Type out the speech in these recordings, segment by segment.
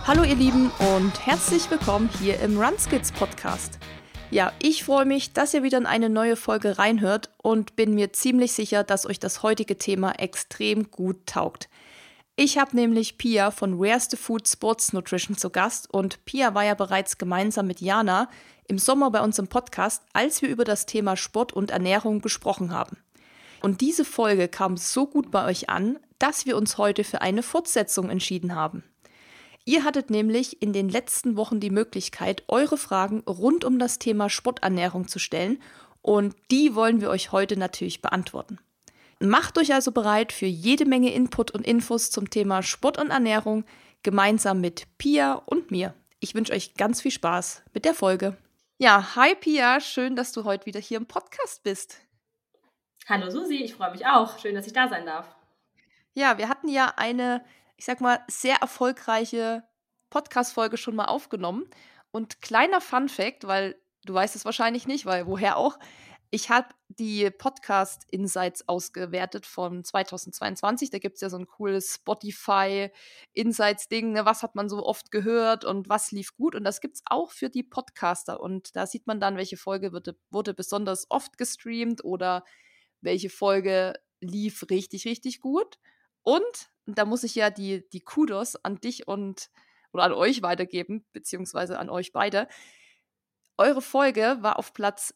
Hallo ihr Lieben und herzlich willkommen hier im Runskids Podcast. Ja, ich freue mich, dass ihr wieder in eine neue Folge reinhört und bin mir ziemlich sicher, dass euch das heutige Thema extrem gut taugt. Ich habe nämlich Pia von Where's the Food Sports Nutrition zu Gast und Pia war ja bereits gemeinsam mit Jana im Sommer bei uns im Podcast, als wir über das Thema Sport und Ernährung gesprochen haben. Und diese Folge kam so gut bei euch an, dass wir uns heute für eine Fortsetzung entschieden haben. Ihr hattet nämlich in den letzten Wochen die Möglichkeit, eure Fragen rund um das Thema Sporternährung zu stellen und die wollen wir euch heute natürlich beantworten. Macht euch also bereit für jede Menge Input und Infos zum Thema Sport und Ernährung gemeinsam mit Pia und mir. Ich wünsche euch ganz viel Spaß mit der Folge. Ja, hi Pia, schön, dass du heute wieder hier im Podcast bist. Hallo Susi, ich freue mich auch. Schön, dass ich da sein darf. Ja, wir hatten ja eine, ich sag mal, sehr erfolgreiche Podcast-Folge schon mal aufgenommen. Und kleiner Fun-Fact, weil du weißt es wahrscheinlich nicht, weil woher auch, ich habe die Podcast-Insights ausgewertet von 2022. Da gibt es ja so ein cooles Spotify-Insights-Ding, ne? Was hat man so oft gehört und was lief gut. Und das gibt es auch für die Podcaster. Und da sieht man dann, welche Folge wurde besonders oft gestreamt oder welche Folge lief richtig, richtig gut. Und da muss ich ja die Kudos an dich oder an euch weitergeben, beziehungsweise an euch beide. Eure Folge war auf Platz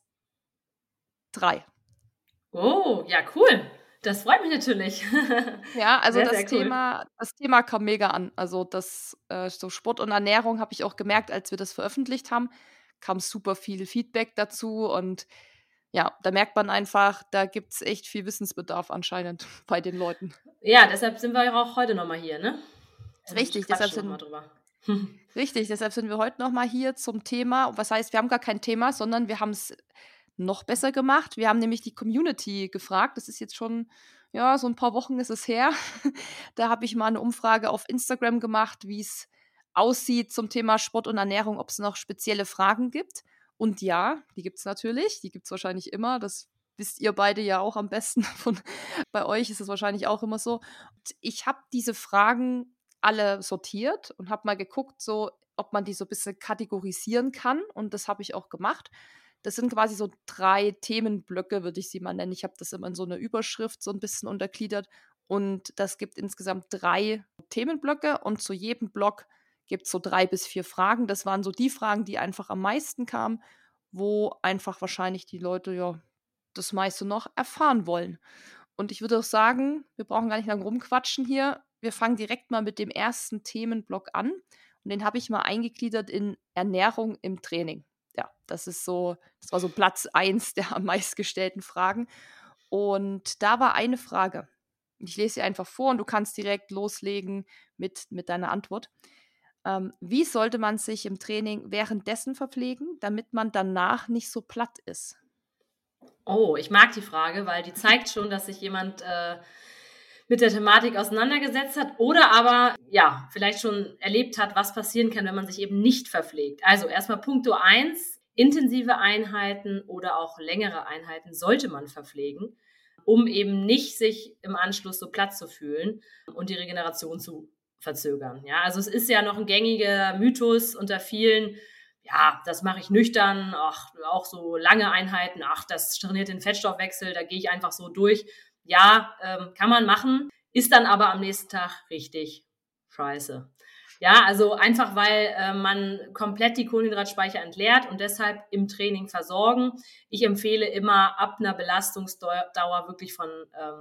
3. Oh, ja, cool. Das freut mich natürlich. Ja, also Sehr, das sehr cool. Thema kam mega an. Also so Sport und Ernährung habe ich auch gemerkt, als wir das veröffentlicht haben, kam super viel Feedback dazu und ja, da merkt man einfach, da gibt's echt viel Wissensbedarf anscheinend bei den Leuten. Ja, deshalb sind wir ja auch heute nochmal hier, ne? Ist Und richtig, deshalb quatschen nochmal sind drüber. Richtig, deshalb sind wir heute noch mal hier zum Thema. Was heißt, wir haben gar kein Thema, sondern wir haben es noch besser gemacht. Wir haben nämlich die Community gefragt. Das ist jetzt schon, ja, so ein paar Wochen ist es her. Da habe ich mal eine Umfrage auf Instagram gemacht, wie es aussieht zum Thema Sport und Ernährung, ob es noch spezielle Fragen gibt. Und ja, die gibt es natürlich. Die gibt es wahrscheinlich immer. Das wisst ihr beide ja auch am besten. Bei euch ist es wahrscheinlich auch immer so. Und ich habe diese Fragen alle sortiert und habe mal geguckt, so, ob man die so ein bisschen kategorisieren kann. Und das habe ich auch gemacht. Das sind quasi so 3 Themenblöcke, würde ich sie mal nennen. Ich habe das immer in so 'ne Überschrift so ein bisschen untergliedert. Und das gibt insgesamt 3 Themenblöcke und zu jedem Block gibt's so 3 bis 4 Fragen. Das waren so die Fragen, die einfach am meisten kamen, wo einfach wahrscheinlich die Leute, ja, das meiste noch erfahren wollen. Und ich würde auch sagen, wir brauchen gar nicht lange rumquatschen hier. Wir fangen direkt mal mit dem ersten Themenblock an. Und den habe ich mal eingegliedert in Ernährung im Training. Ja, das war so Platz 1 der am meistgestellten Fragen. Und da war eine Frage. Ich lese sie einfach vor und du kannst direkt loslegen mit deiner Antwort. Wie sollte man sich im Training währenddessen verpflegen, damit man danach nicht so platt ist? Oh, ich mag die Frage, weil die zeigt schon, dass sich jemand mit der Thematik auseinandergesetzt hat oder aber ja, vielleicht schon erlebt hat, was passieren kann, wenn man sich eben nicht verpflegt. Also erstmal Punkto 1, intensive Einheiten oder auch längere Einheiten sollte man verpflegen, um eben nicht sich im Anschluss so platt zu fühlen und die Regeneration zu verzögern. Ja, also es ist ja noch ein gängiger Mythos unter vielen, ja, das mache ich nüchtern, ach, auch so lange Einheiten, ach, das trainiert den Fettstoffwechsel, da gehe ich einfach so durch. Ja, kann man machen, ist dann aber am nächsten Tag richtig scheiße. Ja, also einfach, weil man komplett die Kohlenhydratspeicher entleert und deshalb im Training versorgen. Ich empfehle immer ab einer Belastungsdauer wirklich von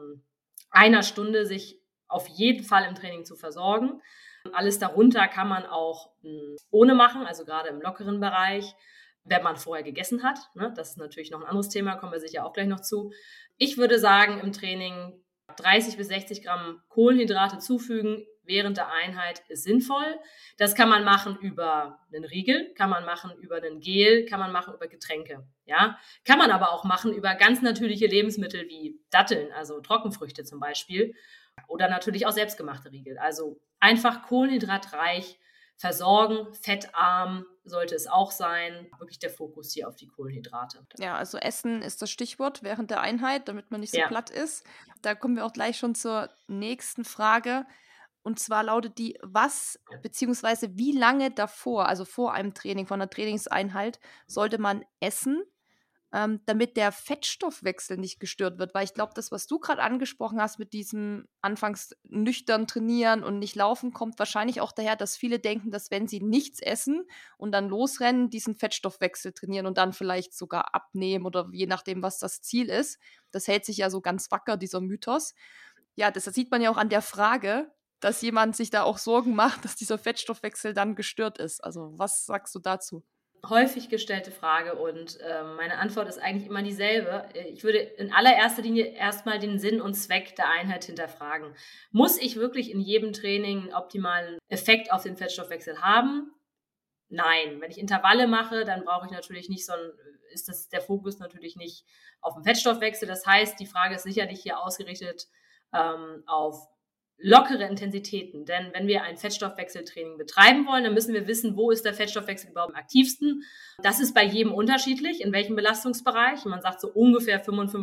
1 Stunde sich auf jeden Fall im Training zu versorgen. Alles darunter kann man auch ohne machen, also gerade im lockeren Bereich, wenn man vorher gegessen hat. Ne? Das ist natürlich noch ein anderes Thema, kommen wir sicher auch gleich noch zu. Ich würde sagen, im Training 30 bis 60 Gramm Kohlenhydrate zufügen während der Einheit ist sinnvoll. Das kann man machen über einen Riegel, kann man machen über einen Gel, kann man machen über Getränke. Ja? Kann man aber auch machen über ganz natürliche Lebensmittel wie Datteln, also Trockenfrüchte zum Beispiel. Oder natürlich auch selbstgemachte Riegel. Also einfach kohlenhydratreich versorgen, fettarm sollte es auch sein. Wirklich der Fokus hier auf die Kohlenhydrate. Ja, also Essen ist das Stichwort während der Einheit, damit man nicht so Ja. platt ist. Da kommen wir auch gleich schon zur nächsten Frage. Und zwar lautet die: Was beziehungsweise wie lange davor, also vor einem Training, vor einer Trainingseinheit, sollte man essen, damit der Fettstoffwechsel nicht gestört wird? Weil ich glaube, das, was du gerade angesprochen hast mit diesem anfangs nüchtern trainieren und nicht laufen, kommt wahrscheinlich auch daher, dass viele denken, dass wenn sie nichts essen und dann losrennen, diesen Fettstoffwechsel trainieren und dann vielleicht sogar abnehmen oder je nachdem, was das Ziel ist. Das hält sich ja so ganz wacker, dieser Mythos. Ja, das sieht man ja auch an der Frage, dass jemand sich da auch Sorgen macht, dass dieser Fettstoffwechsel dann gestört ist. Also, was sagst du dazu? Häufig gestellte Frage und meine Antwort ist eigentlich immer dieselbe. Ich würde in allererster Linie erstmal den Sinn und Zweck der Einheit hinterfragen. Muss ich wirklich in jedem Training einen optimalen Effekt auf den Fettstoffwechsel haben? Nein. Wenn ich Intervalle mache, dann brauche ich natürlich nicht ist das der Fokus natürlich nicht auf den Fettstoffwechsel. Das heißt, die Frage ist sicherlich hier ausgerichtet auf lockere Intensitäten. Denn wenn wir ein Fettstoffwechseltraining betreiben wollen, dann müssen wir wissen, wo ist der Fettstoffwechsel überhaupt am aktivsten. Das ist bei jedem unterschiedlich, in welchem Belastungsbereich. Man sagt so ungefähr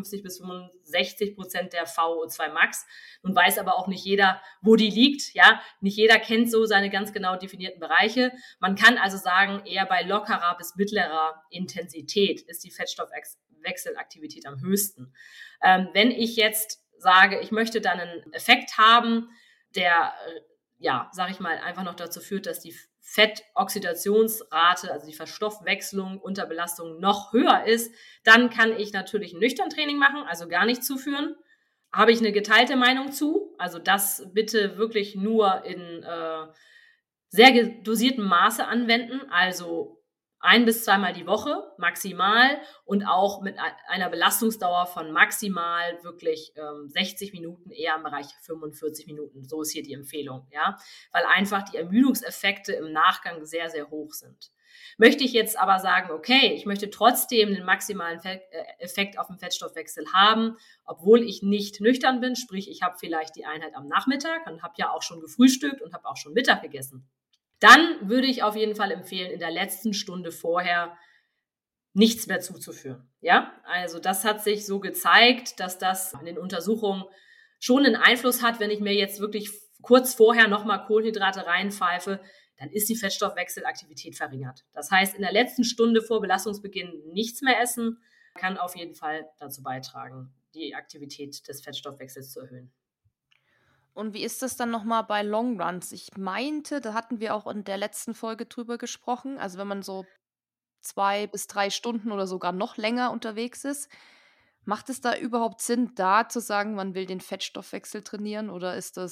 55-65% der VO2 Max. Nun weiß aber auch nicht jeder, wo die liegt. Ja, nicht jeder kennt so seine ganz genau definierten Bereiche. Man kann also sagen, eher bei lockerer bis mittlerer Intensität ist die Fettstoffwechselaktivität am höchsten. Wenn ich jetzt sage, ich möchte dann einen Effekt haben, der, ja, sag ich mal, einfach noch dazu führt, dass die Fettoxidationsrate, also die Verstoffwechslung unter Belastung noch höher ist, dann kann ich natürlich ein Nüchtern-Training machen, also gar nicht zuführen. Habe ich eine geteilte Meinung zu, also das bitte wirklich nur in sehr dosiertem Maße anwenden, also 1 bis 2 Mal die Woche maximal und auch mit einer Belastungsdauer von maximal wirklich 60 Minuten, eher im Bereich 45 Minuten. So ist hier die Empfehlung, ja, weil einfach die Ermüdungseffekte im Nachgang sehr, sehr hoch sind. Möchte ich jetzt aber sagen, okay, ich möchte trotzdem den maximalen Effekt auf den Fettstoffwechsel haben, obwohl ich nicht nüchtern bin, sprich ich habe vielleicht die Einheit am Nachmittag und habe ja auch schon gefrühstückt und habe auch schon Mittag gegessen. Dann würde ich auf jeden Fall empfehlen, in der letzten Stunde vorher nichts mehr zuzuführen. Ja, also das hat sich so gezeigt, dass das in den Untersuchungen schon einen Einfluss hat, wenn ich mir jetzt wirklich kurz vorher nochmal Kohlenhydrate reinpfeife, dann ist die Fettstoffwechselaktivität verringert. Das heißt, in der letzten Stunde vor Belastungsbeginn nichts mehr essen, kann auf jeden Fall dazu beitragen, die Aktivität des Fettstoffwechsels zu erhöhen. Und wie ist das dann noch mal bei Longruns? Ich meinte, da hatten wir auch in der letzten Folge drüber gesprochen, also wenn man so 2 bis 3 Stunden oder sogar noch länger unterwegs ist, macht es da überhaupt Sinn, da zu sagen, man will den Fettstoffwechsel trainieren oder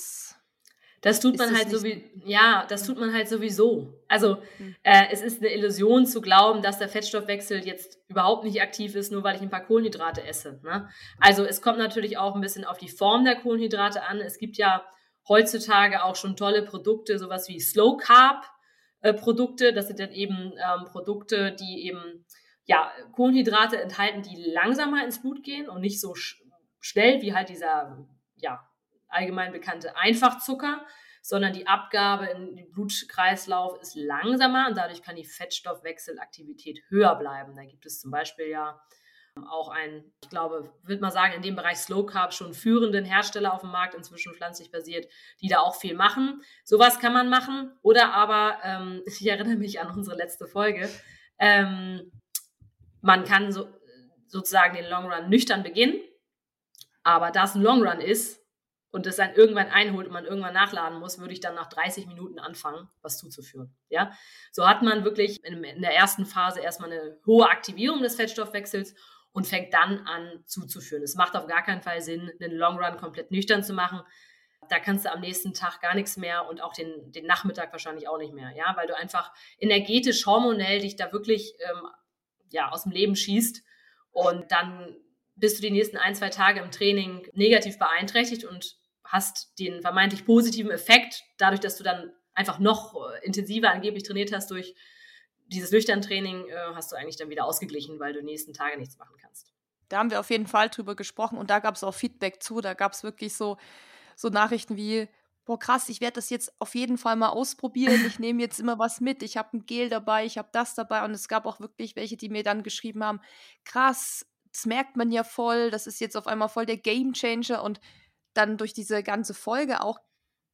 Das tut ist man das halt nicht das hm, tut man halt sowieso. Also, hm. es ist eine Illusion zu glauben, dass der Fettstoffwechsel jetzt überhaupt nicht aktiv ist, nur weil ich ein paar Kohlenhydrate esse, ne? Also, es kommt natürlich auch ein bisschen auf die Form der Kohlenhydrate an. Es gibt ja heutzutage auch schon tolle Produkte, sowas wie Slow Carb, Produkte. Das sind dann eben, Produkte, die eben, ja, Kohlenhydrate enthalten, die langsamer ins Blut gehen und nicht so schnell wie halt dieser, ja, allgemein bekannte Einfachzucker, sondern die Abgabe in den Blutkreislauf ist langsamer und dadurch kann die Fettstoffwechselaktivität höher bleiben. Da gibt es zum Beispiel ja auch ich glaube, würde man sagen, in dem Bereich Slow Carb schon führenden Hersteller auf dem Markt, inzwischen pflanzlich basiert, die da auch viel machen. Sowas kann man machen. Oder aber, ich erinnere mich an unsere letzte Folge, man kann sozusagen den Long Run nüchtern beginnen, aber da es ein Long Run ist und es dann irgendwann einholt und man irgendwann nachladen muss, würde ich dann nach 30 Minuten anfangen, was zuzuführen. Ja? So hat man wirklich in der ersten Phase erstmal eine hohe Aktivierung des Fettstoffwechsels und fängt dann an zuzuführen. Es macht auf gar keinen Fall Sinn, einen Long Run komplett nüchtern zu machen. Da kannst du am nächsten Tag gar nichts mehr und auch den Nachmittag wahrscheinlich auch nicht mehr, ja, weil du einfach energetisch, hormonell dich da wirklich aus dem Leben schießt und dann bist du die nächsten 1, 2 Tage im Training negativ beeinträchtigt und hast den vermeintlich positiven Effekt, dadurch, dass du dann einfach noch intensiver angeblich trainiert hast durch dieses Nüchtern-Training, hast du eigentlich dann wieder ausgeglichen, weil du die nächsten Tage nichts machen kannst. Da haben wir auf jeden Fall drüber gesprochen und da gab es auch Feedback zu. Da gab es wirklich so Nachrichten wie: „Boah, krass, ich werde das jetzt auf jeden Fall mal ausprobieren. Ich nehme jetzt immer was mit. Ich habe ein Gel dabei, ich habe das dabei.“ Und es gab auch wirklich welche, die mir dann geschrieben haben: „Krass, das merkt man ja voll. Das ist jetzt auf einmal voll der Gamechanger.“ Und dann durch diese ganze Folge auch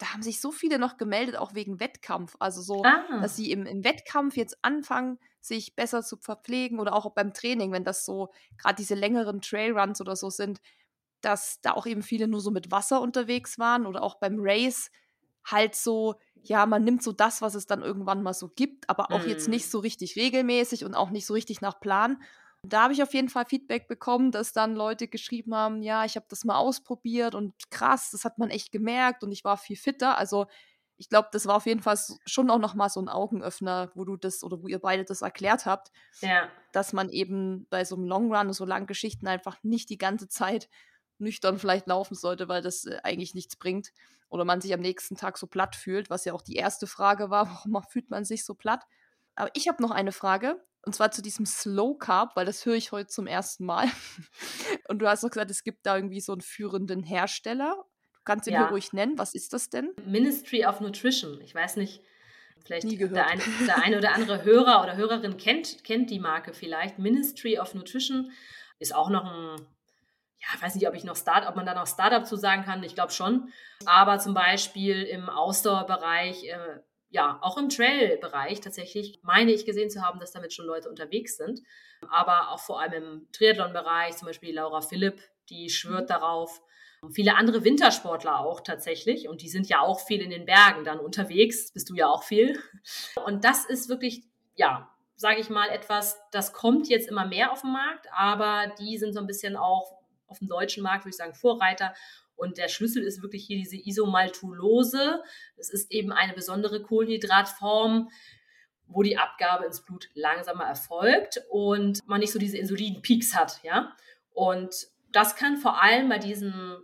da haben sich so viele noch gemeldet, auch wegen Wettkampf. Also so, dass Ah, sie im Wettkampf jetzt anfangen, sich besser zu verpflegen oder auch beim Training, wenn das so gerade diese längeren Trailruns oder so sind, dass da auch eben viele nur so mit Wasser unterwegs waren oder auch beim Race halt so, ja, man nimmt so das, was es dann irgendwann mal so gibt, aber auch jetzt nicht mhm. so richtig regelmäßig und auch nicht so richtig nach Plan. Und da habe ich auf jeden Fall Feedback bekommen, dass dann Leute geschrieben haben: „Ja, ich habe das mal ausprobiert und krass, das hat man echt gemerkt und ich war viel fitter.“ Also, ich glaube, das war auf jeden Fall schon auch noch mal so ein Augenöffner, wo du das oder wo ihr beide das erklärt habt, Ja, dass man eben bei so einem Long Run und so langen Geschichten einfach nicht die ganze Zeit nüchtern vielleicht laufen sollte, weil das, eigentlich nichts bringt oder man sich am nächsten Tag so platt fühlt, was ja auch die erste Frage war: Warum fühlt man sich so platt? Aber ich habe noch eine Frage, und zwar zu diesem Slow Carb, weil das höre ich heute zum ersten Mal. Und du hast doch gesagt, es gibt da irgendwie so einen führenden Hersteller. Du kannst den hier ja. ruhig nennen. Was ist das denn? Ministry of Nutrition. Ich weiß nicht, vielleicht Nie gehört. der eine oder andere Hörer oder Hörerin kennt die Marke vielleicht. Ministry of Nutrition ist auch noch ein, ja, ich weiß nicht, ob man da noch Startup zu sagen kann. Ich glaube schon. Aber zum Beispiel im Ausdauerbereich, ja, auch im Trail-Bereich tatsächlich, meine ich gesehen zu haben, dass damit schon Leute unterwegs sind. Aber auch vor allem im Triathlon-Bereich, zum Beispiel Laura Philipp, die Mhm. schwört darauf. Und viele andere Wintersportler auch tatsächlich. Und die sind ja auch viel in den Bergen dann unterwegs. Bist du ja auch viel. Und das ist wirklich, ja, sage ich mal, etwas, das kommt jetzt immer mehr auf den Markt, aber die sind so ein bisschen auch auf dem deutschen Markt, würde ich sagen, Vorreiter. Und der Schlüssel ist wirklich hier diese Isomaltulose. Das ist eben eine besondere Kohlenhydratform, wo die Abgabe ins Blut langsamer erfolgt und man nicht so diese Insulinpeaks hat, ja. Und das kann vor allem bei diesen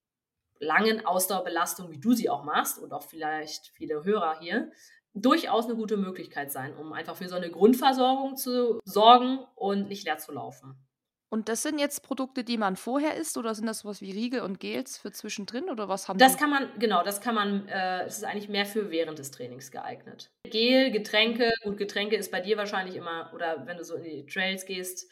langen Ausdauerbelastungen, wie du sie auch machst und auch vielleicht viele Hörer hier, durchaus eine gute Möglichkeit sein, um einfach für so eine Grundversorgung zu sorgen und nicht leer zu laufen. Und das sind jetzt Produkte, die man vorher isst oder sind das so was wie Riegel und Gels für zwischendrin oder was haben Das die? kann man, genau, es ist eigentlich mehr für während des Trainings geeignet. Gel, Getränke, gut, Getränke ist bei dir wahrscheinlich immer, oder wenn du so in die Trails gehst,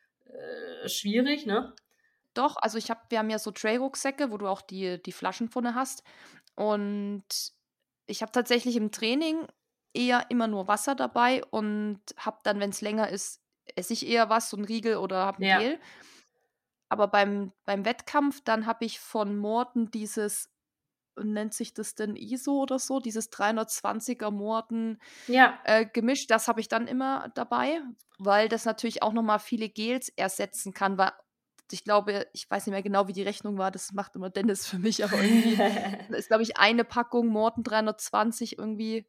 schwierig, ne? Doch, also wir haben ja so Trail-Rucksäcke, wo du auch die Flaschen vorne hast. Und ich habe tatsächlich im Training eher immer nur Wasser dabei und habe dann, wenn es länger ist, esse ich eher was, so 'n Riegel oder habe 'n Ja, Gel. Aber beim Wettkampf, dann habe ich von Morten dieses nennt sich das denn ISO oder so, dieses 320er Morten, ja, Gemisch, das habe ich dann immer dabei, weil das natürlich auch noch mal viele Gels ersetzen kann, weil ich glaube, ich weiß nicht mehr genau, wie die Rechnung war, das macht immer Dennis für mich, aber irgendwie ist, glaube ich, eine Packung Morten 320 irgendwie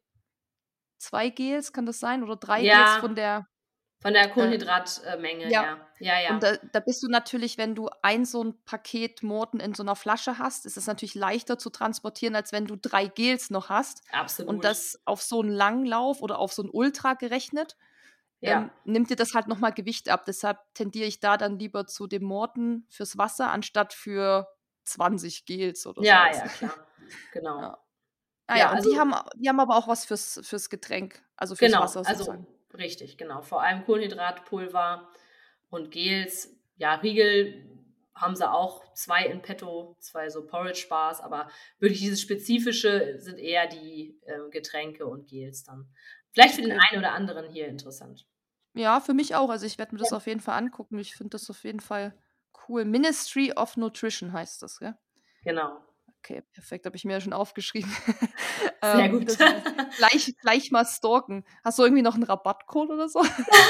2 Gels, kann das sein? Oder 3 Gels ja, von der von der äh, Kohlenhydratmenge, ja. ja. Ja, Und ja, da bist du natürlich, wenn du ein so 'n Paket Morten in so 'ner Flasche hast, ist es natürlich leichter zu transportieren, als wenn du 3 Gels noch hast. Und absolut. das auf so 'n Langlauf oder auf so 'n Ultra gerechnet, Ja, nimmt dir das halt noch mal Gewicht ab. Deshalb tendiere ich da dann lieber zu dem Morten fürs Wasser anstatt für 20 Gels oder so ja, was. ja, klar. Genau. Ja. Ah ja, Ja, und also die haben aber auch was fürs Getränk, also fürs genau, Wasser sozusagen. also richtig, genau. Vor allem Kohlenhydratpulver und Gels. Ja, Riegel haben sie auch 2 in petto, 2 so Porridge-Bars, aber wirklich dieses Spezifische sind eher die, Getränke und Gels dann. Vielleicht für den Okay. einen oder anderen hier interessant. Ja, für mich auch. Also, ich werde mir Ja. das auf jeden Fall angucken. Ich finde das auf jeden Fall cool. Ministry of Nutrition heißt das, gell? Genau. Okay, perfekt, habe ich mir ja schon aufgeschrieben. Sehr gut. Das gleich mal stalken. Hast du irgendwie noch 'n Rabattcode oder so?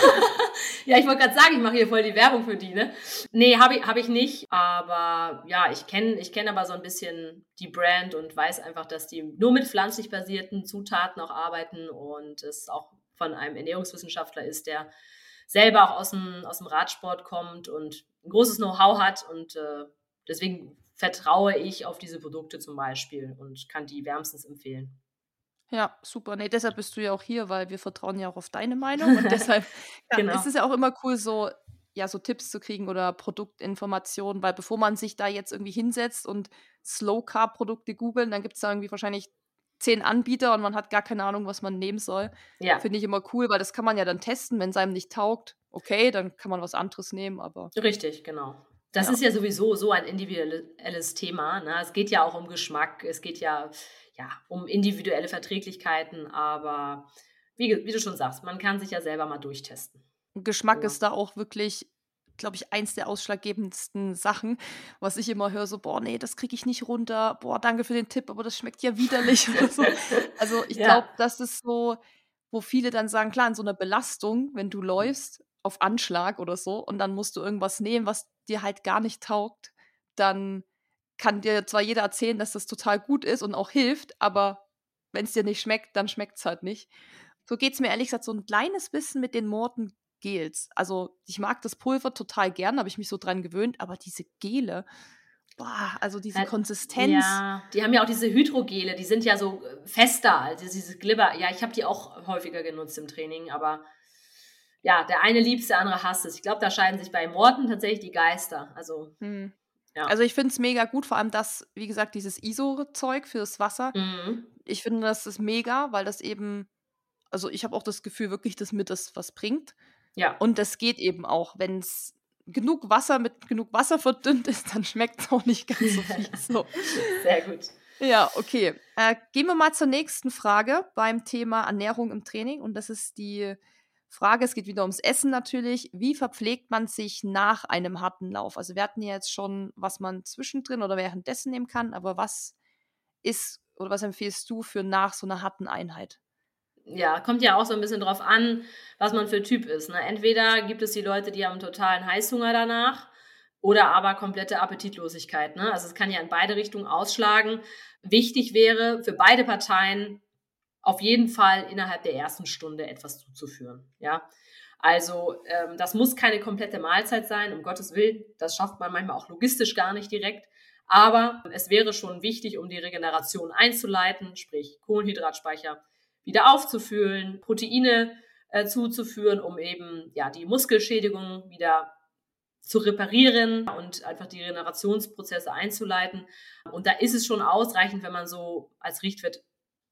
Ja, ich wollte grad sagen, ich mache hier voll die Werbung für die, ne? Ne, habe ich nicht, aber ja, ich kenne aber so 'n bisschen die Brand und weiß einfach, dass die nur mit pflanzlich basierten Zutaten auch arbeiten und es auch von einem Ernährungswissenschaftler ist, der selber auch aus'm Radsport kommt und 'n großes Know-how hat und, deswegen vertraue ich auf diese Produkte zum Beispiel und kann die wärmstens empfehlen. Ja, super. Ne, deshalb bist du ja auch hier, weil wir vertrauen ja auch auf deine Meinung und deshalb, ja, ist Genau. es ja auch immer cool, so ja, so Tipps zu kriegen oder Produktinformationen, weil bevor man sich da jetzt irgendwie hinsetzt und Slow Carb Produkte googeln, dann gibt's da irgendwie wahrscheinlich 10 Anbieter und man hat gar keine Ahnung, was man nehmen soll. Ja. Finde ich immer cool, weil das kann man ja dann testen. Wenn's einem nicht taugt, okay, dann kann man was anderes nehmen, aber Richtig, genau. Das ja. ist ja sowieso so ein individuelles Thema, ne? Es geht ja auch um Geschmack. Es geht ja ja, um individuelle Verträglichkeiten, aber wie du schon sagst, man kann sich ja selber mal durchtesten. Geschmack Genau. ist da auch wirklich, glaube ich, eins der ausschlaggebendsten Sachen, was ich immer höre, so: „Boah, nee, das kriege ich nicht runter. Boah, danke für den Tipp, aber das schmeckt ja widerlich“ oder so. Also, ich glaube, Ja. das ist so, wo viele dann sagen, klar, in so 'ner Belastung, wenn du läufst auf Anschlag oder so und dann musst du irgendwas nehmen, was dir halt gar nicht taugt, dann kann dir zwar jeder erzählen, dass das total gut ist und auch hilft, aber wenn's dir nicht schmeckt, dann schmeckt's halt nicht. So geht's mir ehrlich gesagt so 'n kleines bisschen mit den Morten-Gels. Also, ich mag das Pulver total gern, habe ich mich so dran gewöhnt, aber diese Gele, boah, also diese Halt Konsistenz. ja, die haben ja auch diese Hydrogele, die sind ja so, fester, also diese Glibber. Ja, ich habe die auch häufiger genutzt im Training, aber ja, der eine liebt's, der andere hasst es. Ich glaube, da scheiden sich bei Morten tatsächlich die Geister. Also, Mhm. Also, ja. ich finde es mega gut, vor allem das, wie gesagt, dieses ISO-Zeug fürs Wasser. Mhm. Ich finde, das ist mega, weil das eben, also, ich habe auch das Gefühl wirklich, dass mir das was bringt. Ja, Und das geht eben auch, wenn's genug Wasser mit genug Wasser verdünnt ist, dann schmeckt's auch nicht ganz so fies, so. sehr gut. Ja, okay. Gehen wir mal zur nächsten Frage beim Thema Ernährung im Training. Und das ist die Frage, es geht wieder ums Essen natürlich. Wie verpflegt man sich nach einem harten Lauf? Also wir hatten ja jetzt schon, was man zwischendrin oder währenddessen nehmen kann, aber was ist oder was empfiehlst du für nach so einer harten Einheit? Ja, kommt ja auch so 'n bisschen drauf an, was man für Typ ist, ne? Entweder gibt es die Leute, die haben totalen Heißhunger danach oder aber komplette Appetitlosigkeit, ne? Also, es kann ja in beide Richtungen ausschlagen. Wichtig wäre für beide Parteien auf jeden Fall innerhalb der ersten Stunde etwas zuzuführen, ja? Also, das muss keine komplette Mahlzeit sein, um Gottes Willen. Das schafft man manchmal auch logistisch gar nicht direkt. Aber es wäre schon wichtig, um die Regeneration einzuleiten, sprich Kohlenhydratspeicher wieder aufzufüllen, Proteine, zuzuführen, um eben, ja, die Muskelschädigung wieder zu reparieren und einfach die Regenerationsprozesse einzuleiten. Und da ist es schon ausreichend, wenn man so als Richtwert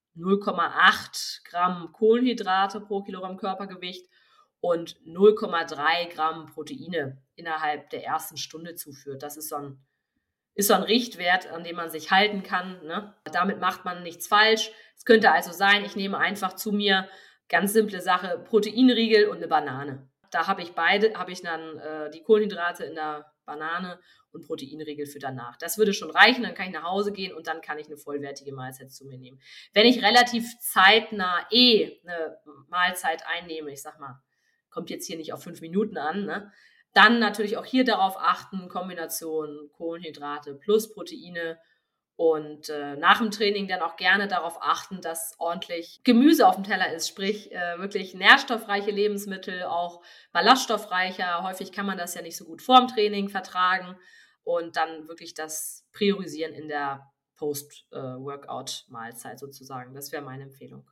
0,8 Gramm Kohlenhydrate pro Kilogramm Körpergewicht und 0,3 Gramm Proteine innerhalb der ersten Stunde zuführt. Das ist so ein Richtwert, an dem man sich halten kann, ne? Damit macht man nichts falsch. Es könnte also sein, ich nehme einfach zu mir, ganz simple Sache, Proteinriegel und eine Banane. Da habe ich dann, die Kohlenhydrate in der Banane und Proteinriegel für danach. Das würde schon reichen, dann kann ich nach Hause gehen und dann kann ich eine vollwertige Mahlzeit zu mir nehmen. Wenn ich relativ zeitnah 'ne Mahlzeit einnehme, ich sage mal, kommt jetzt hier nicht auf 5 Minuten an, ne? Dann natürlich auch hier darauf achten, Kombination Kohlenhydrate plus Proteine und, nach dem Training dann auch gerne darauf achten, dass ordentlich Gemüse auf dem Teller ist, sprich, wirklich nährstoffreiche Lebensmittel, auch ballaststoffreicher. Häufig kann man das ja nicht so gut vorm Training vertragen und dann wirklich das priorisieren in der Post Workout-Mahlzeit sozusagen. Das wäre meine Empfehlung.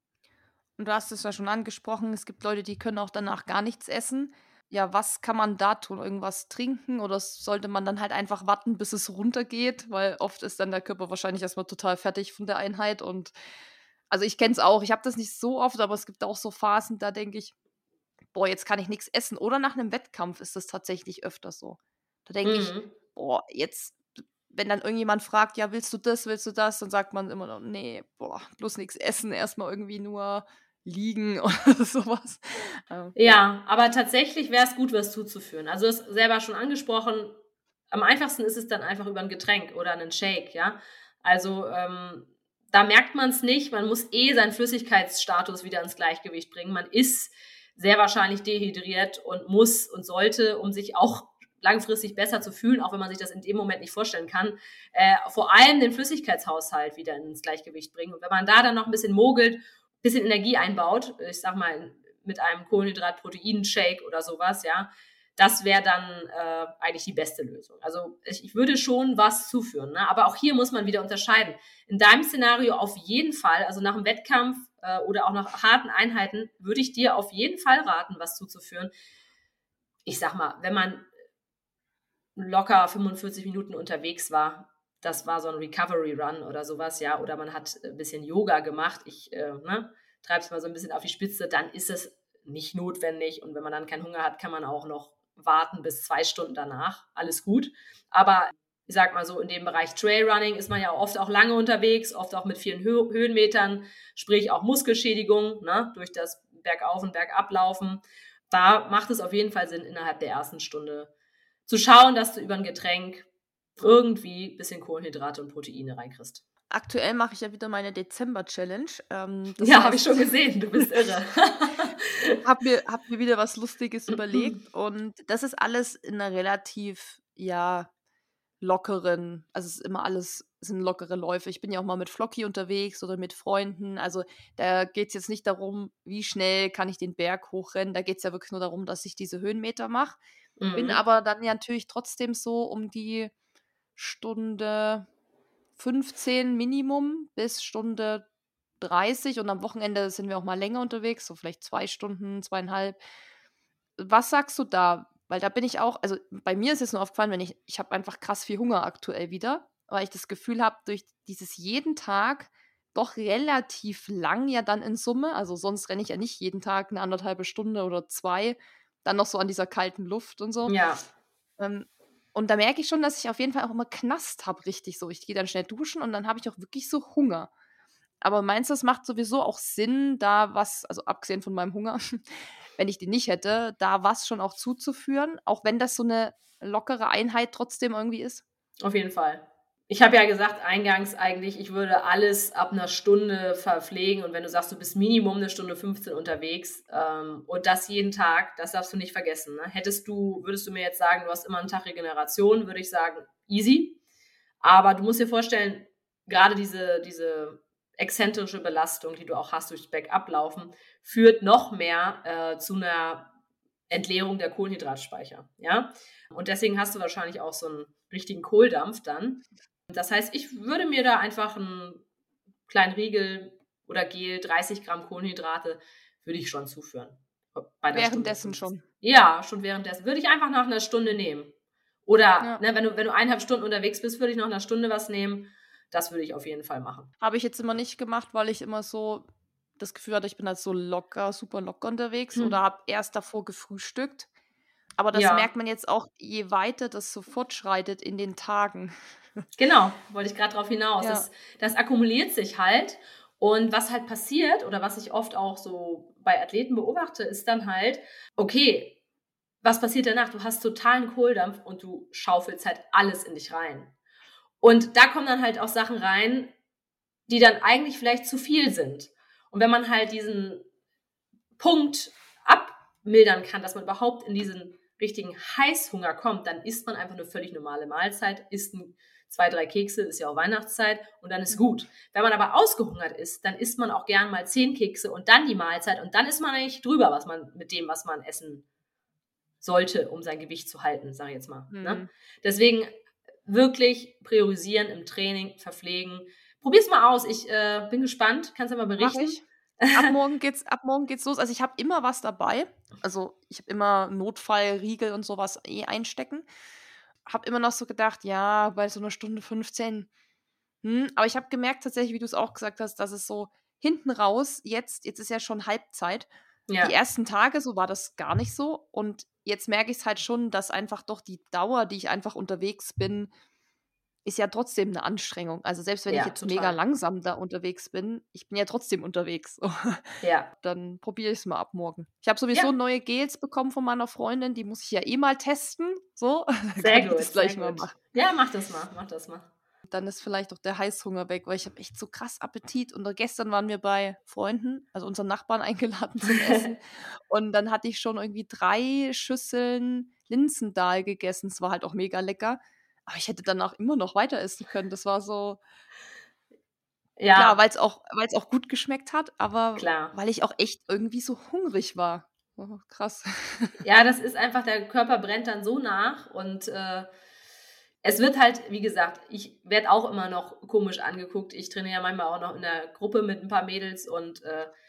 Und du hast es ja schon angesprochen, es gibt Leute, die können auch danach gar nichts essen. Ja, was kann man da tun? Irgendwas trinken oder sollte man dann halt einfach warten, bis es runtergeht? Weil oft ist dann der Körper wahrscheinlich erst mal total fertig von der Einheit und also, ich kenne es auch. Ich habe das nicht so oft, aber es gibt auch so Phasen, da denke ich: „Boah, jetzt kann ich nix essen.“ Oder nach 'nem Wettkampf ist das tatsächlich öfter so. Da denke ich: Mhm. „Boah, jetzt“, wenn dann irgendjemand fragt: „Ja, willst du das, willst du das?“ Dann sagt man immer noch: „Ne, boah, bloß nix essen, erst mal irgendwie nur liegen“ oder so was. Ja. Ja, aber tatsächlich wäre es gut, was zuzuführen. Also, du hast selber schon angesprochen, am einfachsten ist es dann einfach über 'n Getränk oder 'nen Shake, ja? Also, da merkt man's nicht. Man muss seinen Flüssigkeitsstatus wieder ins Gleichgewicht bringen. Man ist sehr wahrscheinlich dehydriert und muss und sollte, um sich auch langfristig besser zu fühlen, auch wenn man sich das in dem Moment nicht vorstellen kann, vor allem den Flüssigkeitshaushalt wieder ins Gleichgewicht bringen. Und wenn man da dann noch 'n bisschen mogelt, bisschen Energie einbaut, ich sage mal, mit einem Kohlenhydrat-Protein-Shake oder sowas, ja, das wäre dann eigentlich die beste Lösung. Also ich würde schon was zuführen, ne? Aber auch hier muss man wieder unterscheiden. In deinem Szenario auf jeden Fall, also nach dem Wettkampf oder auch nach harten Einheiten, würde ich dir auf jeden Fall raten, was zuzuführen. Ich sag mal, wenn man locker 45 Minuten unterwegs war, das war so ein Recovery Run oder sowas, ja, oder man hat ein bisschen Yoga gemacht. Ich, ne, treibe es mal so ein bisschen auf die Spitze, dann ist es nicht notwendig und wenn man dann keinen Hunger hat, kann man auch noch warten bis 2 Stunden danach. Alles gut. Aber ich sag mal so, in dem Bereich Trailrunning ist man ja oft auch lange unterwegs, oft auch mit vielen Höhenmetern, sprich auch Muskelschädigung, ne, durch das Bergauf- und Bergablaufen. Da macht es auf jeden Fall Sinn, innerhalb der ersten Stunde zu schauen, dass du über ein Getränk irgendwie ein bisschen Kohlenhydrate und Proteine reinkriegst. Aktuell mache ich ja wieder meine Dezember-Challenge. Das Ja, habe ich heißt, schon gesehen, du bist irre. habe mir wieder was Lustiges überlegt und das ist alles in einer relativ, ja, lockeren, also es ist immer alles, es sind lockere Läufe. Ich bin ja auch mal mit Flocki unterwegs oder mit Freunden. Also da geht es jetzt nicht darum, wie schnell kann ich den Berg hochrennen. Da geht es ja wirklich nur darum, dass ich diese Höhenmeter mache. Bin Mhm. aber dann ja natürlich trotzdem so um die Stunde 15 Minimum bis Stunde 30 und am Wochenende sind wir auch mal länger unterwegs, so vielleicht 2 Stunden, 2,5. Was sagst du da? Weil da bin ich auch, also bei mir ist es nur aufgefallen, wenn ich habe einfach krass viel Hunger aktuell wieder, weil ich das Gefühl habe, durch dieses jeden Tag doch relativ lang ja dann in Summe, also sonst renne ich ja nicht jeden Tag eine anderthalbe Stunde oder 2, dann noch so an dieser kalten Luft und so. Ja, Ähm, und da merke ich schon, dass ich auf jeden Fall auch immer Knast habe, richtig so. Ich gehe dann schnell duschen und dann habe ich auch wirklich so Hunger. Aber meinst du, es macht sowieso auch Sinn, da was, also abgesehen von meinem Hunger, wenn ich den nicht hätte, da was schon auch zuzuführen, auch wenn das so eine lockere Einheit trotzdem irgendwie ist? auf jeden Fall. Ich habe ja gesagt eingangs eigentlich, ich würde alles ab einer Stunde verpflegen und wenn du sagst, du bist Minimum 1 Stunde 15 unterwegs, und das jeden Tag, das darfst du nicht vergessen, ne? Würdest du mir jetzt sagen, du hast immer einen Tag Regeneration, würde ich sagen, easy. Aber du musst dir vorstellen, gerade diese exzentrische Belastung, die du auch hast durchs Bergablaufen, führt noch mehr, zu einer Entleerung der Kohlenhydratspeicher, ja? Und deswegen hast du wahrscheinlich auch so einen richtigen Kohldampf dann. Das heißt, ich würde mir da einfach einen kleinen Riegel oder Gel, 30 Gramm Kohlenhydrate würde ich schon zuführen bei einer Stunde Währenddessen 15. schon. Ja, schon währenddessen. Würde ich einfach nach einer Stunde nehmen. Oder, Ja. ne, wenn du 1,5 Stunden unterwegs bist, würde ich nach einer Stunde was nehmen. Das würde ich auf jeden Fall machen. Habe ich jetzt immer nicht gemacht, weil ich immer so das Gefühl hatte, ich bin halt so locker, super locker unterwegs Hm. oder habe erst davor gefrühstückt. Aber das Ja, merkt man jetzt auch, je weiter das so fortschreitet in den Tagen. genau, wollte ich gerade drauf hinaus. Ja. Das akkumuliert sich halt. Und was halt passiert oder was ich oft auch so bei Athleten beobachte, ist dann halt, okay, was passiert danach? Du hast totalen Kohldampf und du schaufelst halt alles in dich rein. Und da kommen dann halt auch Sachen rein, die dann eigentlich vielleicht zu viel sind. Und wenn man halt diesen Punkt abmildern kann, dass man überhaupt in diesen richtigen Heißhunger kommt, dann isst man einfach eine völlig normale Mahlzeit, isst 2, 3 Kekse, ist ja auch Weihnachtszeit und dann ist gut. Wenn man aber ausgehungert ist, dann isst man auch gern mal 10 Kekse und dann die Mahlzeit und dann ist man eigentlich drüber, was man essen sollte, um sein Gewicht zu halten, sage ich jetzt mal. Ne? Mhm. Deswegen wirklich priorisieren im Training, verpflegen. Probier's mal aus. Ich bin gespannt. Kannst du mal Mache berichten? ich. Ab morgen geht's los. Also, ich habe immer was dabei. Also, ich habe immer Notfallriegel und sowas einstecken. Habe immer noch so gedacht: „Ja, bei so einer Stunde 15, aber ich habe gemerkt tatsächlich, wie du es auch gesagt hast, dass es so hinten raus jetzt ist ja schon Halbzeit. Die Ja, ersten Tage, so war das gar nicht so und jetzt merke ich es halt schon, dass einfach doch die Dauer, die ich einfach unterwegs bin, ist ja trotzdem 'ne Anstrengung. Also, selbst wenn ich ja, jetzt mega total. langsam da unterwegs bin, ich bin ja trotzdem unterwegs, so. Ja, Dann probiere ich's mal ab morgen. Ich habe sowieso ja, neue Gels bekommen von meiner Freundin, die muss ich ja eh mal testen, so. Dann sehr kann ich gut, das sehr gleich mal gut. machen. Ja, mach das mal, mach das mal. Dann ist vielleicht auch der Heißhunger weg, weil ich habe echt so krass Appetit und gestern waren wir bei Freunden, also unseren Nachbarn eingeladen zum Essen und dann hatte ich schon irgendwie 3 Schüsseln Linsendahl gegessen. Es war halt auch mega lecker, aber ich hätte danach immer noch weiter essen können. Das war so, klar, Ja, weil's auch gut geschmeckt hat, aber klar. weil ich auch echt irgendwie so hungrig war. Oh, krass. Ja, das ist einfach, der Körper brennt dann so nach und es wird halt, wie gesagt, ich werde auch immer noch komisch angeguckt. Ich trainiere ja manchmal auch noch in der Gruppe mit ein paar Mädels und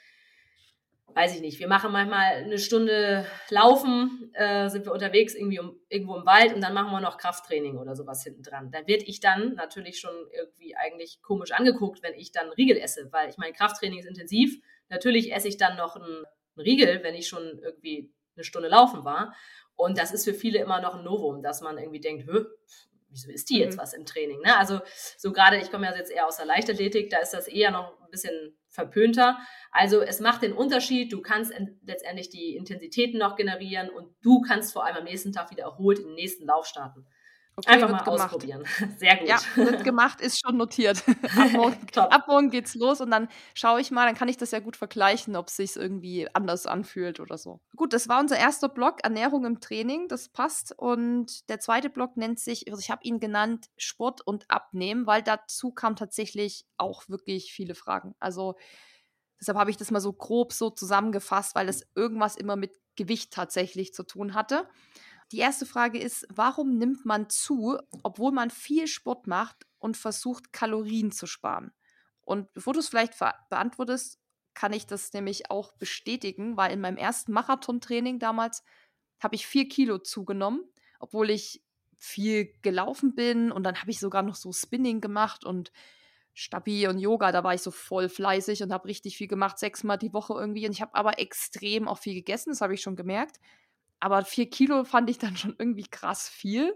weiß ich nicht, wir machen manchmal eine Stunde Laufen, sind wir unterwegs irgendwo im Wald und dann machen wir noch Krafttraining oder sowas hinten dran. Da werde ich dann natürlich schon irgendwie eigentlich komisch angeguckt, wenn ich dann Riegel esse, weil ich meine, Krafttraining ist intensiv. Natürlich esse ich dann noch einen Riegel, wenn ich schon irgendwie eine Stunde laufen war. Und das ist für viele immer noch ein Novum, dass man irgendwie denkt: wieso ist die jetzt was im Training? Ne? Also so gerade, ich komme ja jetzt eher aus der Leichtathletik, da ist das eher noch ein bisschen verpönter. Also es macht den Unterschied, du kannst letztendlich die Intensitäten noch generieren und du kannst vor allem am nächsten Tag wieder erholt in den nächsten Lauf starten. Okay, Einfach wird mal gemacht. ausprobieren. Sehr gut. Ja, wird gemacht, ist schon notiert. Top. Ab morgen geht's los und dann schaue ich mal, dann kann ich das ja gut vergleichen, ob sich's irgendwie anders anfühlt oder so. Gut, das war unser erster Block, Ernährung im Training, das passt. Und der zweite Block nennt sich, also ich habe ihn genannt, Sport und Abnehmen, weil dazu kamen tatsächlich auch wirklich viele Fragen. Also deshalb habe ich das mal so grob so zusammengefasst, weil es irgendwas immer mit Gewicht tatsächlich zu tun hatte. Die erste Frage ist, warum nimmt man zu, obwohl man viel Sport macht und versucht, Kalorien zu sparen? Und bevor du es vielleicht beantwortest, kann ich das nämlich auch bestätigen, weil in meinem ersten Marathontraining damals habe ich 4 Kilo zugenommen, obwohl ich viel gelaufen bin und dann habe ich sogar noch so Spinning gemacht und Stabi und Yoga, da war ich so voll fleißig und habe richtig viel gemacht, 6-mal die Woche irgendwie. Und ich habe aber extrem auch viel gegessen, das habe ich schon gemerkt. Aber 4 Kilo fand ich dann schon irgendwie krass viel.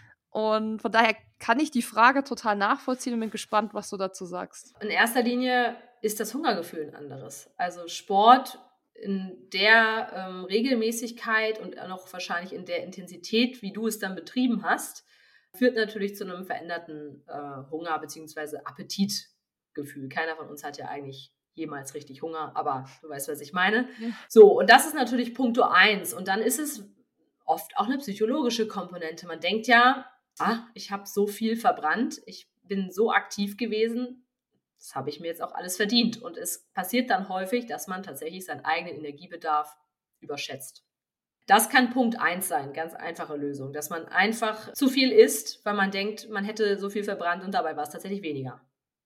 Und von daher kann ich die Frage total nachvollziehen und bin gespannt, was du dazu sagst. In erster Linie ist das Hungergefühl ein anderes. Also Sport in der Regelmäßigkeit und auch noch wahrscheinlich in der Intensität, wie du es dann betrieben hast, führt natürlich zu einem veränderten Hunger- bzw. Appetitgefühl. Keiner von uns hat ja eigentlich jemals richtig Hunger, aber du weißt, was ich meine. Ja. So, und das ist natürlich Punkto 1. Und dann ist es oft auch eine psychologische Komponente. Man denkt ja, ich habe so viel verbrannt, ich bin so aktiv gewesen, das habe ich mir jetzt auch alles verdient. Und es passiert dann häufig, dass man tatsächlich seinen eigenen Energiebedarf überschätzt. Das kann Punkt 1 sein, ganz einfache Lösung, dass man einfach zu viel isst, weil man denkt, man hätte so viel verbrannt und dabei war es tatsächlich weniger.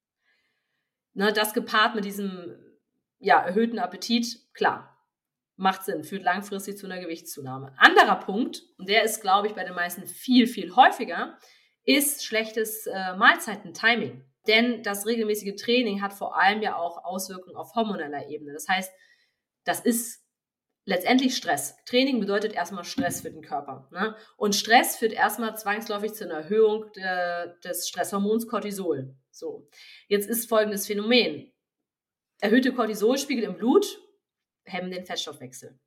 Ne, das gepaart mit diesem erhöhten Appetit, klar, macht Sinn, führt langfristig zu einer Gewichtszunahme. Anderer Punkt, und der ist, glaube ich, bei den meisten viel, viel häufiger, ist schlechtes Mahlzeiten-Timing. Denn das regelmäßige Training hat vor allem ja auch Auswirkungen auf hormoneller Ebene. Das heißt, das ist letztendlich Stress. Training bedeutet erstmal Stress für den Körper. Ne? Und Stress führt erstmal zwangsläufig zu einer Erhöhung des Stresshormons Cortisol. So, jetzt ist folgendes Phänomen. Erhöhte Cortisolspiegel im Blut hemmen den Fettstoffwechsel.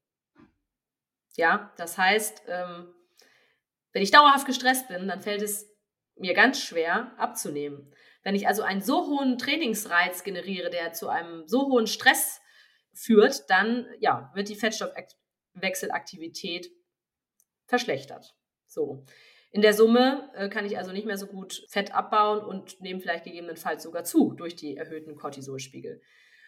Ja, das heißt, wenn ich dauerhaft gestresst bin, dann fällt es mir ganz schwer abzunehmen. Wenn ich also einen so hohen Trainingsreiz generiere, der zu einem so hohen Stress führt, dann wird die Fettstoffwechselaktivität verschlechtert. So. In der Summe kann ich also nicht mehr so gut Fett abbauen und nehme vielleicht gegebenenfalls sogar zu durch die erhöhten Cortisolspiegel.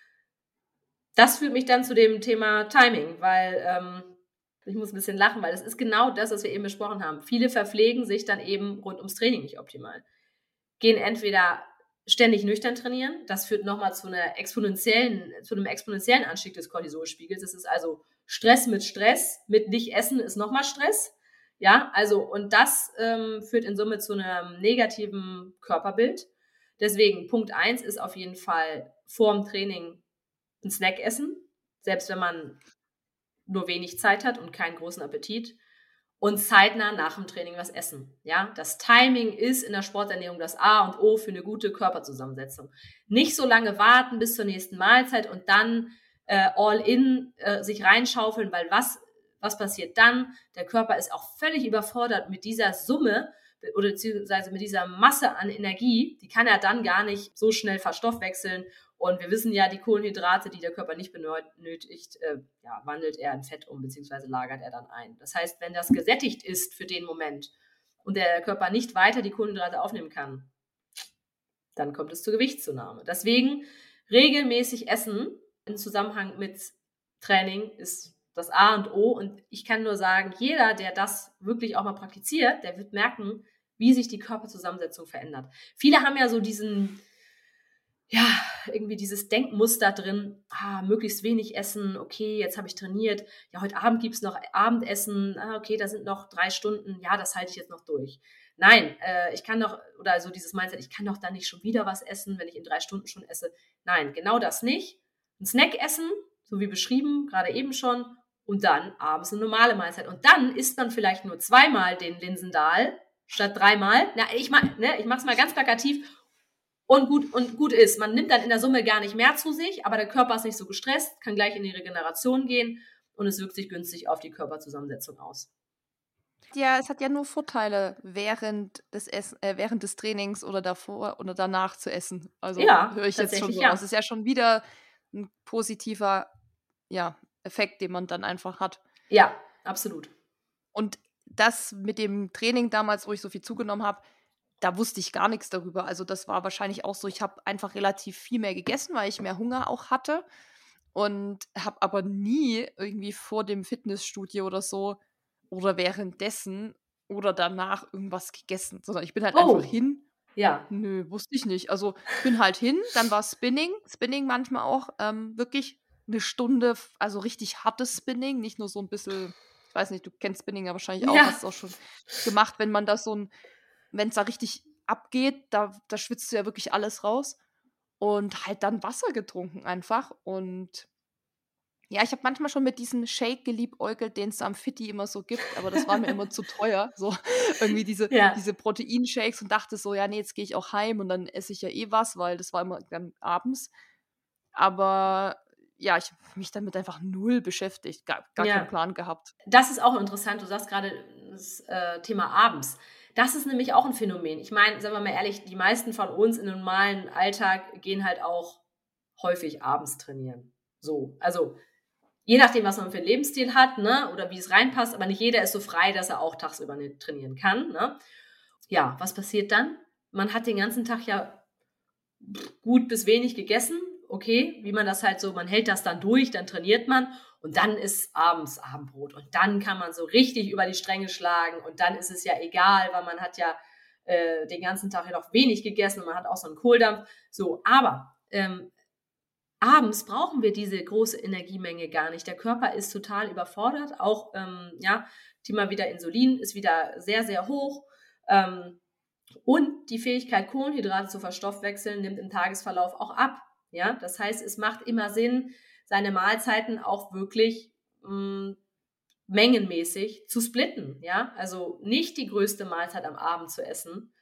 Das führt mich dann zu dem Thema Timing, weil ich muss ein bisschen lachen, weil das ist genau das, was wir eben besprochen haben. Viele verpflegen sich dann eben rund ums Training nicht optimal. Gehen entweder ständig nüchtern trainieren, das führt nochmal zu einem exponentiellen Anstieg des Cortisolspiegels. Das ist also Stress mit nicht essen ist nochmal Stress. Ja, also und das führt in Summe zu einem negativen Körperbild. Deswegen Punkt 1 ist auf jeden Fall vorm Training ein Snack essen, selbst wenn man nur wenig Zeit hat und keinen großen Appetit. Und zeitnah nach dem Training was essen. Ja, das Timing ist in der Sporternährung das A und O für eine gute Körperzusammensetzung. Nicht so lange warten bis zur nächsten Mahlzeit und dann all in sich reinschaufeln, weil was passiert dann? Der Körper ist auch völlig überfordert mit dieser Summe oder beziehungsweise mit dieser Masse an Energie. Die kann er dann gar nicht so schnell verstoffwechseln. Und wir wissen ja, die Kohlenhydrate, die der Körper nicht benötigt, wandelt er in Fett um, beziehungsweise lagert er dann ein. Das heißt, wenn das gesättigt ist für den Moment und der Körper nicht weiter die Kohlenhydrate aufnehmen kann, dann kommt es zur Gewichtszunahme. Deswegen regelmäßig essen im Zusammenhang mit Training ist das A und O. Und ich kann nur sagen, jeder, der das wirklich auch mal praktiziert, der wird merken, wie sich die Körperzusammensetzung verändert. Viele haben ja so irgendwie dieses Denkmuster drin, möglichst wenig essen, okay, jetzt habe ich trainiert, ja, heute Abend gibt es noch Abendessen, okay, da sind noch 3 Stunden, ja, das halte ich jetzt noch durch. Nein, ich kann doch, oder so dieses Mindset, ich kann doch dann nicht schon wieder was essen, wenn ich in 3 Stunden schon esse. Nein, genau das nicht. Ein Snack essen, so wie beschrieben, gerade eben schon, und dann abends eine normale Mahlzeit. Und dann isst man vielleicht nur 2-mal den Linsendahl statt 3-mal. Ich mache es mal ganz plakativ und gut ist. Man nimmt dann in der Summe gar nicht mehr zu sich, aber der Körper ist nicht so gestresst, kann gleich in die Regeneration gehen und es wirkt sich günstig auf die Körperzusammensetzung aus. Ja, es hat ja nur Vorteile, während des Trainings oder davor oder danach zu essen. Also, Ja, höre ich jetzt schon tatsächlich so raus. ja. Ist ja schon wieder ein positiver, ja, Effekt, den man dann einfach hat. Ja, absolut. Und das mit dem Training damals, wo ich so viel zugenommen habe, da wusste ich gar nichts darüber. Also, das war wahrscheinlich auch so, ich habe einfach relativ viel mehr gegessen, weil ich mehr Hunger auch hatte und habe aber nie irgendwie vor dem Fitnessstudio oder so oder währenddessen oder danach irgendwas gegessen, sondern ich bin halt einfach Oh, hin. ja. Nö, wusste ich nicht. Also, ich bin halt hin, dann war Spinning. Spinning manchmal auch, wirklich eine Stunde, also richtig hartes Spinning, nicht nur so ein bisschen, ich weiß nicht, du kennst Spinning ja wahrscheinlich auch, Ja. hast es auch schon gemacht, wenn man das wenn es da richtig abgeht, da schwitzt du ja wirklich alles raus und halt dann Wasser getrunken einfach und ja, ich habe manchmal schon mit diesem Shake geliebäugelt, den es am Fitti immer so gibt, aber das war mir immer zu teuer, so irgendwie Ja. diese Proteinshakes und dachte so: „Ja, ne, jetzt gehe ich auch heim und dann esse ich ja eh was“, weil das war immer dann abends. Aber ja, ich habe mich damit einfach null beschäftigt, gar keinen Ja. Plan gehabt. Das ist auch interessant. Du sagst gerade das Thema abends. Das ist nämlich auch ein Phänomen. Ich meine, sagen wir mal ehrlich, die meisten von uns in 'nem normalen Alltag gehen halt auch häufig abends trainieren. So, also, je nachdem, was man für 'n Lebensstil hat, ne, oder wie es reinpasst, aber nicht jeder ist so frei, dass er auch tagsüber nicht trainieren kann, ne? Ja, was passiert dann? Man hat den ganzen Tag ja gut bis wenig gegessen, okay, wie man das halt so, man hält das dann durch, dann trainiert man und dann ist abends Abendbrot und dann kann man so richtig über die Stränge schlagen und dann ist es ja egal, weil man hat ja den ganzen Tag ja noch wenig gegessen und man hat auch so einen Kohldampf. So, aber abends brauchen wir diese große Energiemenge gar nicht. Der Körper ist total überfordert, auch ja, Thema wieder Insulin ist wieder sehr, sehr hoch. Ähm, und die Fähigkeit, Kohlenhydrate zu verstoffwechseln, nimmt im Tagesverlauf auch ab. Ja, das heißt, es macht immer Sinn, seine Mahlzeiten auch wirklich mengenmäßig zu splitten. Ja, also nicht die größte Mahlzeit am Abend zu essen,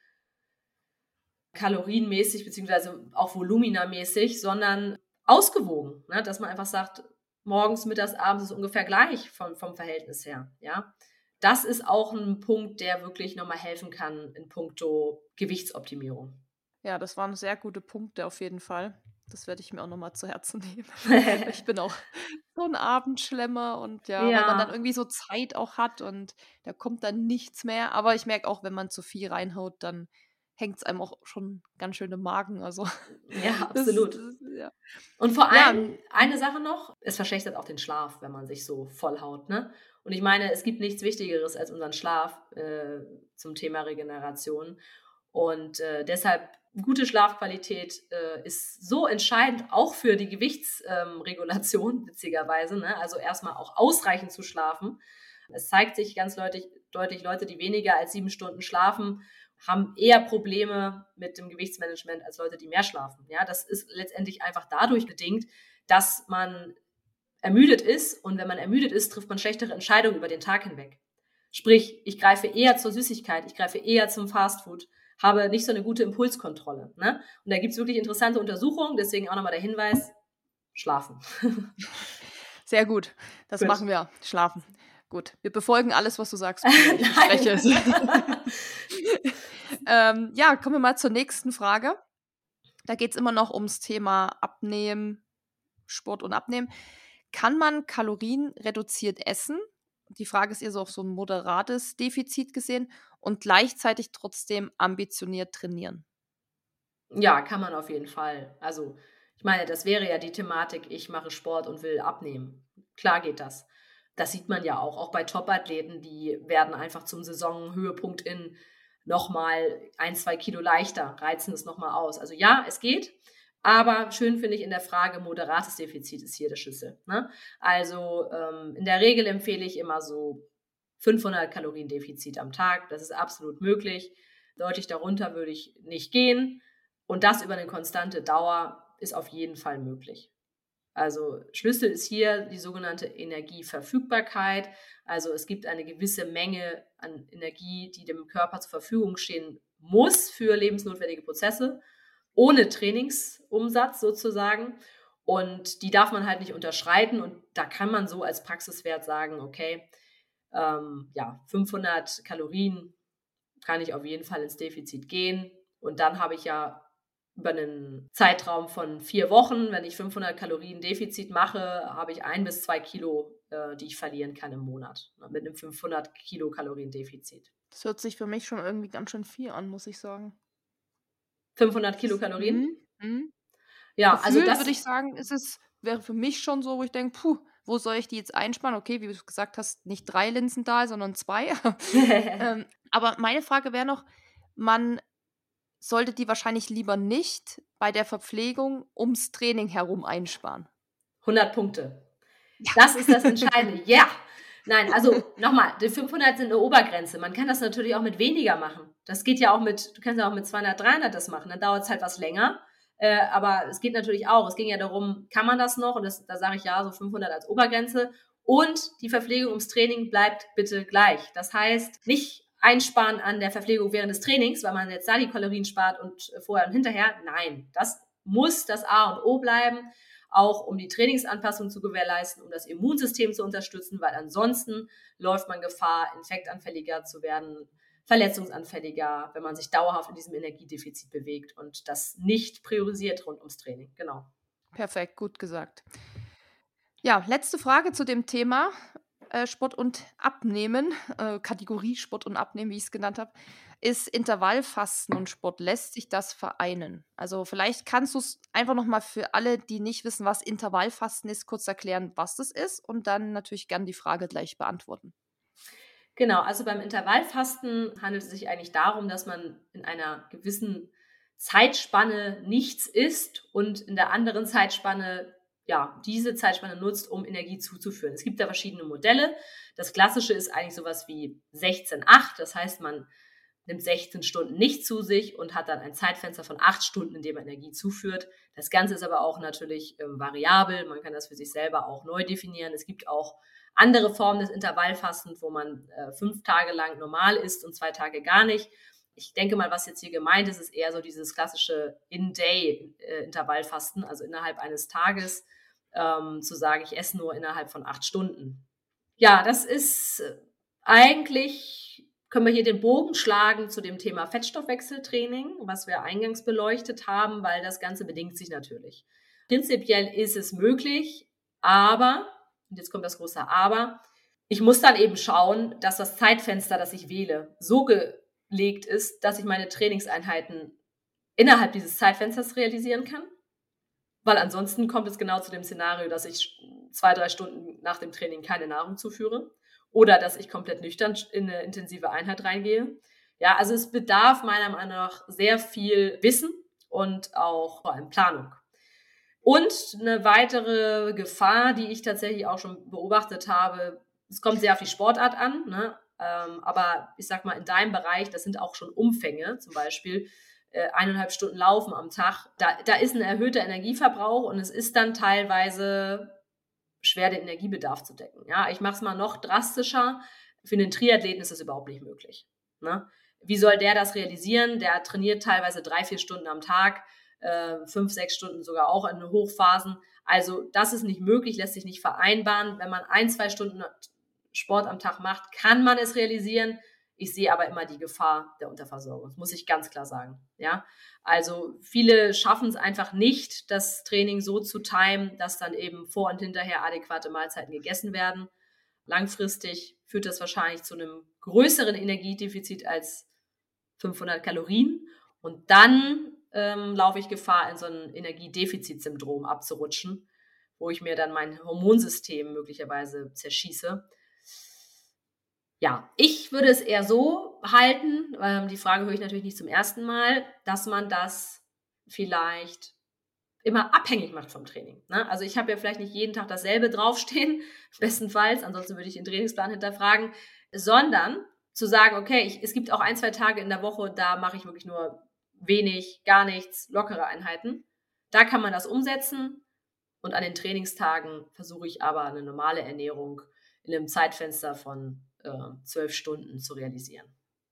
kalorienmäßig beziehungsweise auch voluminamäßig, sondern ausgewogen, ne? Dass man einfach sagt, morgens, mittags, abends ist ungefähr gleich vom Verhältnis her. Ja, das ist auch ein Punkt, der wirklich nochmal helfen kann in puncto Gewichtsoptimierung. Ja, das waren sehr gute Punkte auf jeden Fall. Das werde ich mir auch noch mal zu Herzen nehmen. Ich bin auch so 'n Abendschlemmer und ja, weil man dann Ja, irgendwie so Zeit auch hat und da kommt dann nichts mehr. Aber ich merke auch, wenn man zu viel reinhaut, dann hängt's einem auch schon ganz schön im Magen. Also, ja, das absolut. ja. Und vor Ja, allem eine Sache noch, es verschlechtert auch den Schlaf, wenn man sich so vollhaut, ne? Und ich meine, es gibt nichts Wichtigeres als unseren Schlaf, zum Thema Regeneration. Und, deshalb gute Schlafqualität, ist so entscheidend, auch für die Gewichtsregulation Regulation witzigerweise, ne? Also, erst mal auch ausreichend zu schlafen. Es zeigt sich ganz deutlich, Leute, die weniger als 7 Stunden schlafen, haben eher Probleme mit dem Gewichtsmanagement als Leute, die mehr schlafen. Ja, das ist letztendlich einfach dadurch bedingt, dass man ermüdet ist und wenn man ermüdet ist, trifft man schlechtere Entscheidungen über den Tag hinweg. Sprich, ich greife eher zur Süßigkeit, ich greife eher zum Fastfood, habe nicht so eine gute Impulskontrolle. Ne? Und da gibt es wirklich interessante Untersuchungen, deswegen auch nochmal der Hinweis, schlafen. sehr gut. Das Gut. machen wir. Schlafen. Gut. Wir befolgen alles, was du sagst, Pia. Ich Nein. verspreche es. Ja, kommen wir mal zur nächsten Frage. Da geht's immer noch ums Thema Abnehmen, Sport und Abnehmen. Kann man Kalorien reduziert essen? Die Frage ist eher so auf so ein moderates Defizit gesehen und gleichzeitig trotzdem ambitioniert trainieren. Ja, kann man auf jeden Fall. Also, ich meine, das wäre ja die Thematik, ich mache Sport und will abnehmen. Klar geht das. Das sieht man ja auch bei Topathleten, die werden einfach zum Saisonhöhepunkt in noch mal 1, 2 Kilo leichter, reizen es noch mal aus. Also ja, es geht, aber schön finde ich in der Frage, moderates Defizit ist hier der Schlüssel, ne? Also, in der Regel empfehle ich immer so 500 Kalorien Defizit am Tag. Das ist absolut möglich. Deutlich darunter würde ich nicht gehen. Und das über eine konstante Dauer ist auf jeden Fall möglich. Also Schlüssel ist hier die sogenannte Energieverfügbarkeit. Also es gibt eine gewisse Menge an Energie, die dem Körper zur Verfügung stehen muss für lebensnotwendige Prozesse, ohne Trainingsumsatz sozusagen. Und die darf man halt nicht unterschreiten. Und da kann man so als Praxiswert sagen, okay, 500 Kalorien kann ich auf jeden Fall ins Defizit gehen. Und dann habe ich ja über einen Zeitraum von 4 Wochen, wenn ich 500 Kalorien Defizit mache, habe ich 1 bis 2 Kilo, die ich verlieren kann im Monat, mit einem 500 Kilokalorien Defizit. Das hört sich für mich schon irgendwie ganz schön viel an, muss ich sagen. 500 Kilokalorien? Ja, also gefühlt das würde ich sagen, wäre für mich schon so, wo ich denke: „Puh, wo soll ich die jetzt einsparen?“ Okay, wie du gesagt hast, nicht 3 Linsendahl, sondern 2. Aber meine Frage wäre noch, man sollte die wahrscheinlich lieber nicht bei der Verpflegung ums Training herum einsparen. 100 Punkte. Ja. Das ist das Entscheidende. Ja. Nein, also nochmal, die 500 sind eine Obergrenze. Man kann das natürlich auch mit weniger machen. Das geht ja auch du kannst ja auch mit 200, 300 das machen. Dann dauert es halt was länger. Aber es geht natürlich auch. Es ging ja darum, kann man das noch? Und da sage ich ja, so 500 als Obergrenze. Und die Verpflegung ums Training bleibt bitte gleich. Das heißt, nicht einsparen an der Verpflegung während des Trainings, weil man jetzt da die Kalorien spart und vorher und hinterher. Nein, das muss das A und O bleiben, auch um die Trainingsanpassung zu gewährleisten, um das Immunsystem zu unterstützen, weil ansonsten läuft man Gefahr, infektanfälliger zu werden, verletzungsanfälliger, wenn man sich dauerhaft in diesem Energiedefizit bewegt und das nicht priorisiert rund ums Training. Genau. Perfekt, gut gesagt. Ja, letzte Frage zu dem Thema, Sport und Abnehmen, Kategorie Sport und Abnehmen, wie ich es genannt habe. Ist Intervallfasten und Sport, lässt sich das vereinen? Also, vielleicht kannst du es einfach noch mal für alle, die nicht wissen, was Intervallfasten ist, kurz erklären, was das ist und dann natürlich gern die Frage gleich beantworten. Genau, also beim Intervallfasten handelt es sich eigentlich darum, dass man in einer gewissen Zeitspanne nichts isst und in der anderen Zeitspanne, diese Zeitspanne nutzt, um Energie zuzuführen. Es gibt da verschiedene Modelle. Das klassische ist eigentlich sowas wie 16:8. Das heißt, man nimmt 16 Stunden nicht zu sich und hat dann ein Zeitfenster von 8 Stunden, in dem man Energie zuführt. Das Ganze ist aber auch natürlich variabel. Man kann das für sich selber auch neu definieren. Es gibt auch andere Formen des Intervallfastens, wo man 5 Tage lang normal isst und 2 Tage gar nicht. Ich denke mal, was jetzt hier gemeint ist, ist eher so dieses klassische In-Day-Intervallfasten, also innerhalb eines Tages zu sagen, ich esse nur innerhalb von 8 Stunden. Ja, das ist eigentlich, können wir hier den Bogen schlagen zu dem Thema Fettstoffwechseltraining, was wir eingangs beleuchtet haben, weil das Ganze bedingt sich natürlich. Prinzipiell ist es möglich, aber, und jetzt kommt das große Aber, ich muss dann eben schauen, dass das Zeitfenster, das ich wähle, so gelegt ist, dass ich meine Trainingseinheiten innerhalb dieses Zeitfensters realisieren kann. Weil ansonsten kommt es genau zu dem Szenario, dass ich 2, 3 Stunden nach dem Training keine Nahrung zuführe oder dass ich komplett nüchtern in eine intensive Einheit reingehe. Ja, also es bedarf meiner Meinung nach sehr viel Wissen und auch vor allem Planung. Und eine weitere Gefahr, die ich tatsächlich auch schon beobachtet habe, es kommt sehr auf die Sportart an, ne? Aber ich sag mal, in deinem Bereich, das sind auch schon Umfänge, zum Beispiel 1,5 Stunden Laufen am Tag. Da ist ein erhöhter Energieverbrauch und es ist dann teilweise schwer, den Energiebedarf zu decken. Ja, ich mache es mal noch drastischer. Für einen Triathleten ist das überhaupt nicht möglich. Ne? Wie soll der das realisieren? Der trainiert teilweise 3, 4 Stunden am Tag, 5, 6 Stunden sogar auch in Hochphasen. Also das ist nicht möglich, lässt sich nicht vereinbaren. Wenn man 1, 2 Stunden Sport am Tag macht, kann man es realisieren. Ich sehe aber immer die Gefahr der Unterversorgung. Das muss ich ganz klar sagen. Ja? Also viele schaffen es einfach nicht, das Training so zu timen, dass dann eben vor und hinterher adäquate Mahlzeiten gegessen werden. Langfristig führt das wahrscheinlich zu einem größeren Energiedefizit als 500 Kalorien. Und dann laufe ich Gefahr, in so ein Energiedefizitsyndrom abzurutschen, wo ich mir dann mein Hormonsystem möglicherweise zerschieße. Ja, ich würde es eher so halten, die Frage höre ich natürlich nicht zum ersten Mal, dass man das vielleicht immer abhängig macht vom Training. Ne? Also ich habe ja vielleicht nicht jeden Tag dasselbe draufstehen, bestenfalls, ansonsten würde ich den Trainingsplan hinterfragen, sondern zu sagen, okay, es gibt auch 1, 2 Tage in der Woche, da mache ich wirklich nur wenig, gar nichts, lockere Einheiten. Da kann man das umsetzen. Und an den Trainingstagen versuche ich aber eine normale Ernährung in einem Zeitfenster von 12 Stunden zu realisieren.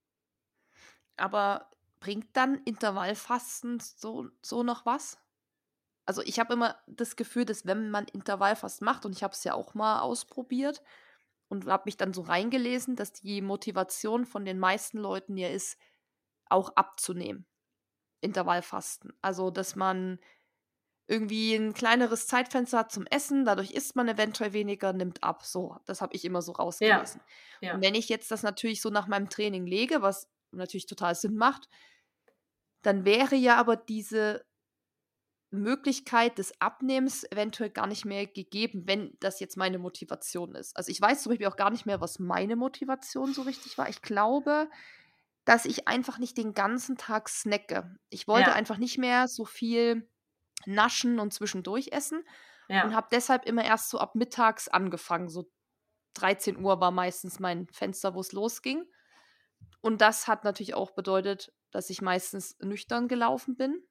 Aber bringt dann Intervallfasten so noch was? Also, ich habe immer das Gefühl, dass wenn man Intervallfasten macht und ich habe es ja auch mal ausprobiert und habe mich dann so reingelesen, dass die Motivation von den meisten Leuten ja ist, auch abzunehmen, Intervallfasten. Also, dass man irgendwie ein kleineres Zeitfenster hat zum Essen, dadurch isst man eventuell weniger, nimmt ab. So, das habe ich immer so Ja, rausgelesen. Und ja, wenn ich jetzt das natürlich so nach meinem Training lege, was natürlich total Sinn macht, dann wäre ja aber diese Möglichkeit des Abnehmens eventuell gar nicht mehr gegeben, wenn das jetzt meine Motivation ist. Also, ich weiß zum Beispiel auch gar nicht mehr, was meine Motivation so richtig war. Ich glaube, dass ich einfach nicht den ganzen Tag snacke. Ich wollte ja, einfach nicht mehr so viel naschen und zwischendurch essen und ja. habe deshalb immer erst so ab mittags angefangen. So 13 Uhr war meistens mein Fenster, wo es losging. Und das hat natürlich auch bedeutet, dass ich meistens nüchtern gelaufen bin.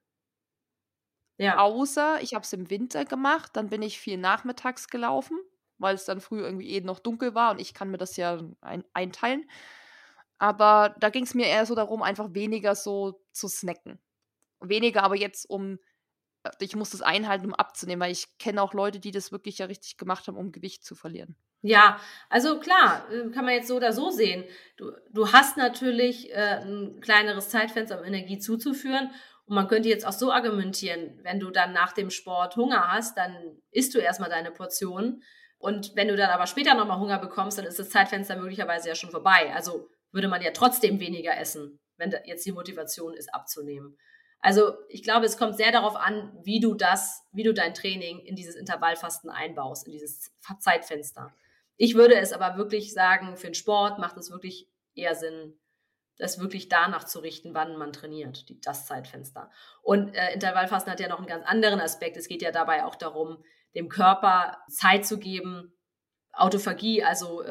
Ja, Außer ich habe es im Winter gemacht, dann bin ich viel nachmittags gelaufen, weil es dann früh irgendwie noch dunkel war und ich kann mir das ja einteilen. Aber da ging es mir eher so darum, einfach weniger so zu snacken. Weniger aber jetzt ich muss das einhalten, um abzunehmen, weil ich kenne auch Leute, die das wirklich ja richtig gemacht haben, um Gewicht zu verlieren. ja, also klar, kann man jetzt so oder so sehen. Du hast natürlich, 'n kleineres Zeitfenster, um Energie zuzuführen, und man könnte jetzt auch so argumentieren: Wenn du dann nach dem Sport Hunger hast, dann isst du erst mal deine Portion, und wenn du dann aber später noch mal Hunger bekommst, dann ist das Zeitfenster möglicherweise ja schon vorbei. Also, würde man ja trotzdem weniger essen, wenn da jetzt die Motivation ist, abzunehmen. Also, ich glaube, es kommt sehr darauf an, wie du dein Training in dieses Intervallfasten einbaust, in dieses Zeitfenster. Ich würde es aber wirklich sagen, für den Sport macht es wirklich eher Sinn, das wirklich danach zu richten, wann man trainiert, das Zeitfenster. Und Intervallfasten hat ja noch einen ganz anderen Aspekt. Es geht ja dabei auch darum, dem Körper Zeit zu geben, Autophagie, also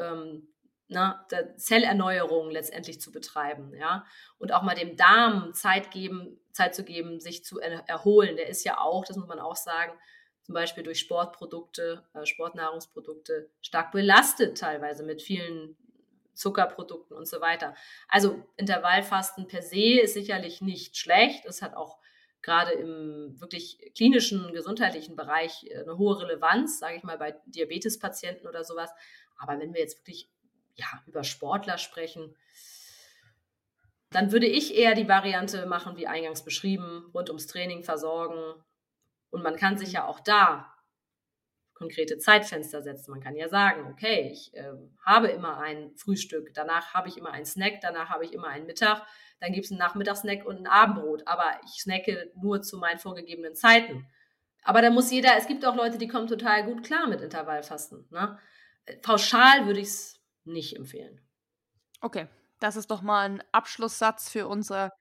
Zellerneuerung letztendlich zu betreiben, ja. Und auch mal dem Darm Zeit zu geben, sich zu erholen. Der ist ja auch, das muss man auch sagen, zum Beispiel durch Sportprodukte, Sportnahrungsprodukte stark belastet, teilweise mit vielen Zuckerprodukten und so weiter. Also Intervallfasten per se ist sicherlich nicht schlecht. Es hat auch gerade im wirklich klinischen, gesundheitlichen Bereich eine hohe Relevanz, sage ich mal, bei Diabetespatienten oder sowas. Aber wenn wir jetzt wirklich über Sportler sprechen, dann würde ich eher die Variante machen, wie eingangs beschrieben, rund ums Training versorgen. Und man kann sich Mhm. ja auch da konkrete Zeitfenster setzen. Man kann ja sagen, okay, ich habe immer ein Frühstück, danach habe ich immer einen Snack, danach habe ich immer einen Mittag, dann gibt es einen Nachmittagssnack und ein Abendbrot, aber ich snacke nur zu meinen vorgegebenen Zeiten. Aber da muss jeder, es gibt auch Leute, die kommen total gut klar mit Intervallfasten. Ne? Pauschal würde ich es nicht empfehlen. Okay, das ist doch mal ein Abschlusssatz für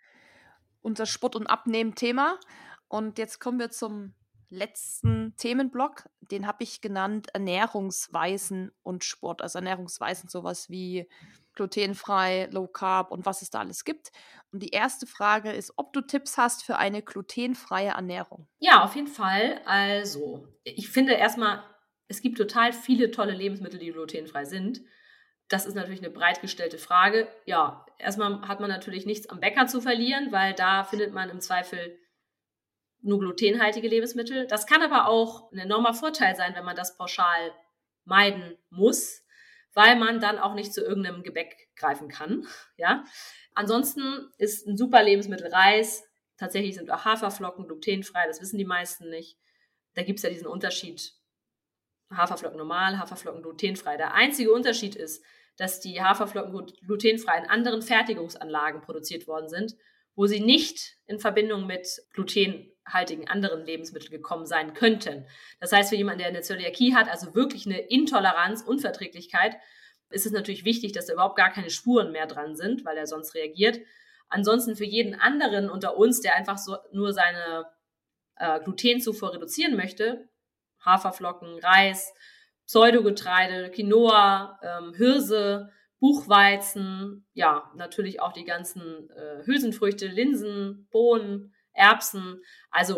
unser Sport und Abnehmen-Thema. Und jetzt kommen wir zum letzten Themenblock. Den habe ich genannt Ernährungsweisen und Sport. Also Ernährungsweisen, sowas wie glutenfrei, Low Carb und was es da alles gibt. Und die erste Frage ist, ob du Tipps hast für eine glutenfreie Ernährung. Ja, auf jeden Fall. Also, ich finde erstmal, es gibt total viele tolle Lebensmittel, die glutenfrei sind. Das ist natürlich eine breit gestellte Frage. Ja, erstmal hat man natürlich nichts am Bäcker zu verlieren, weil da findet man im Zweifel nur glutenhaltige Lebensmittel. Das kann aber auch ein enormer Vorteil sein, wenn man das pauschal meiden muss, weil man dann auch nicht zu irgendeinem Gebäck greifen kann, ja. Ansonsten ist ein super Lebensmittel Reis. Tatsächlich sind auch Haferflocken glutenfrei, das wissen die meisten nicht. Da gibt's ja diesen Unterschied, Haferflocken normal, Haferflocken glutenfrei. Der einzige Unterschied ist, dass die Haferflocken glutenfrei in anderen Fertigungsanlagen produziert worden sind, wo sie nicht in Verbindung mit glutenhaltigen anderen Lebensmitteln gekommen sein könnten. Das heißt, für jemanden, der eine Zöliakie hat, also wirklich eine Intoleranz, Unverträglichkeit, ist es natürlich wichtig, dass da überhaupt gar keine Spuren mehr dran sind, weil er sonst reagiert. Ansonsten für jeden anderen unter uns, der einfach so nur seine Glutenzufuhr reduzieren möchte, Haferflocken, Reis, Pseudogetreide, Quinoa, Hirse, Buchweizen, ja, natürlich auch die ganzen Hülsenfrüchte, Linsen, Bohnen, Erbsen. Also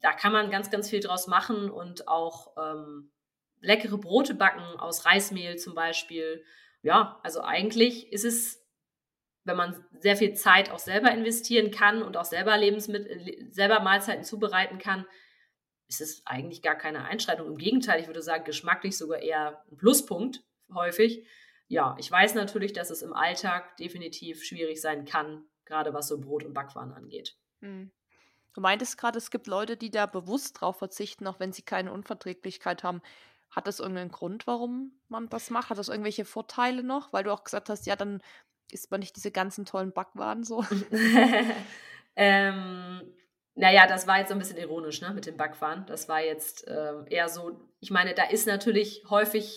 da kann man ganz, ganz viel draus machen und auch leckere Brote backen aus Reismehl zum Beispiel. Ja, also eigentlich ist es, wenn man sehr viel Zeit auch selber investieren kann und auch selber selber Mahlzeiten zubereiten kann, ist es eigentlich gar keine Einschränkung. Im Gegenteil, ich würde sagen, geschmacklich sogar eher ein Pluspunkt häufig. Ja, ich weiß natürlich, dass es im Alltag definitiv schwierig sein kann, gerade was so Brot und Backwaren angeht. Mhm. Du meintest gerade, es gibt Leute, die da bewusst drauf verzichten, auch wenn sie keine Unverträglichkeit haben. Hat das irgendeinen Grund, warum man das macht? Hat das irgendwelche Vorteile noch? Weil du auch gesagt hast, ja, dann isst man nicht diese ganzen tollen Backwaren so. Ähm, na ja, das war jetzt so 'n bisschen ironisch, ne, mit dem Backwaren. Das war jetzt, eher so, ich meine, da ist natürlich häufig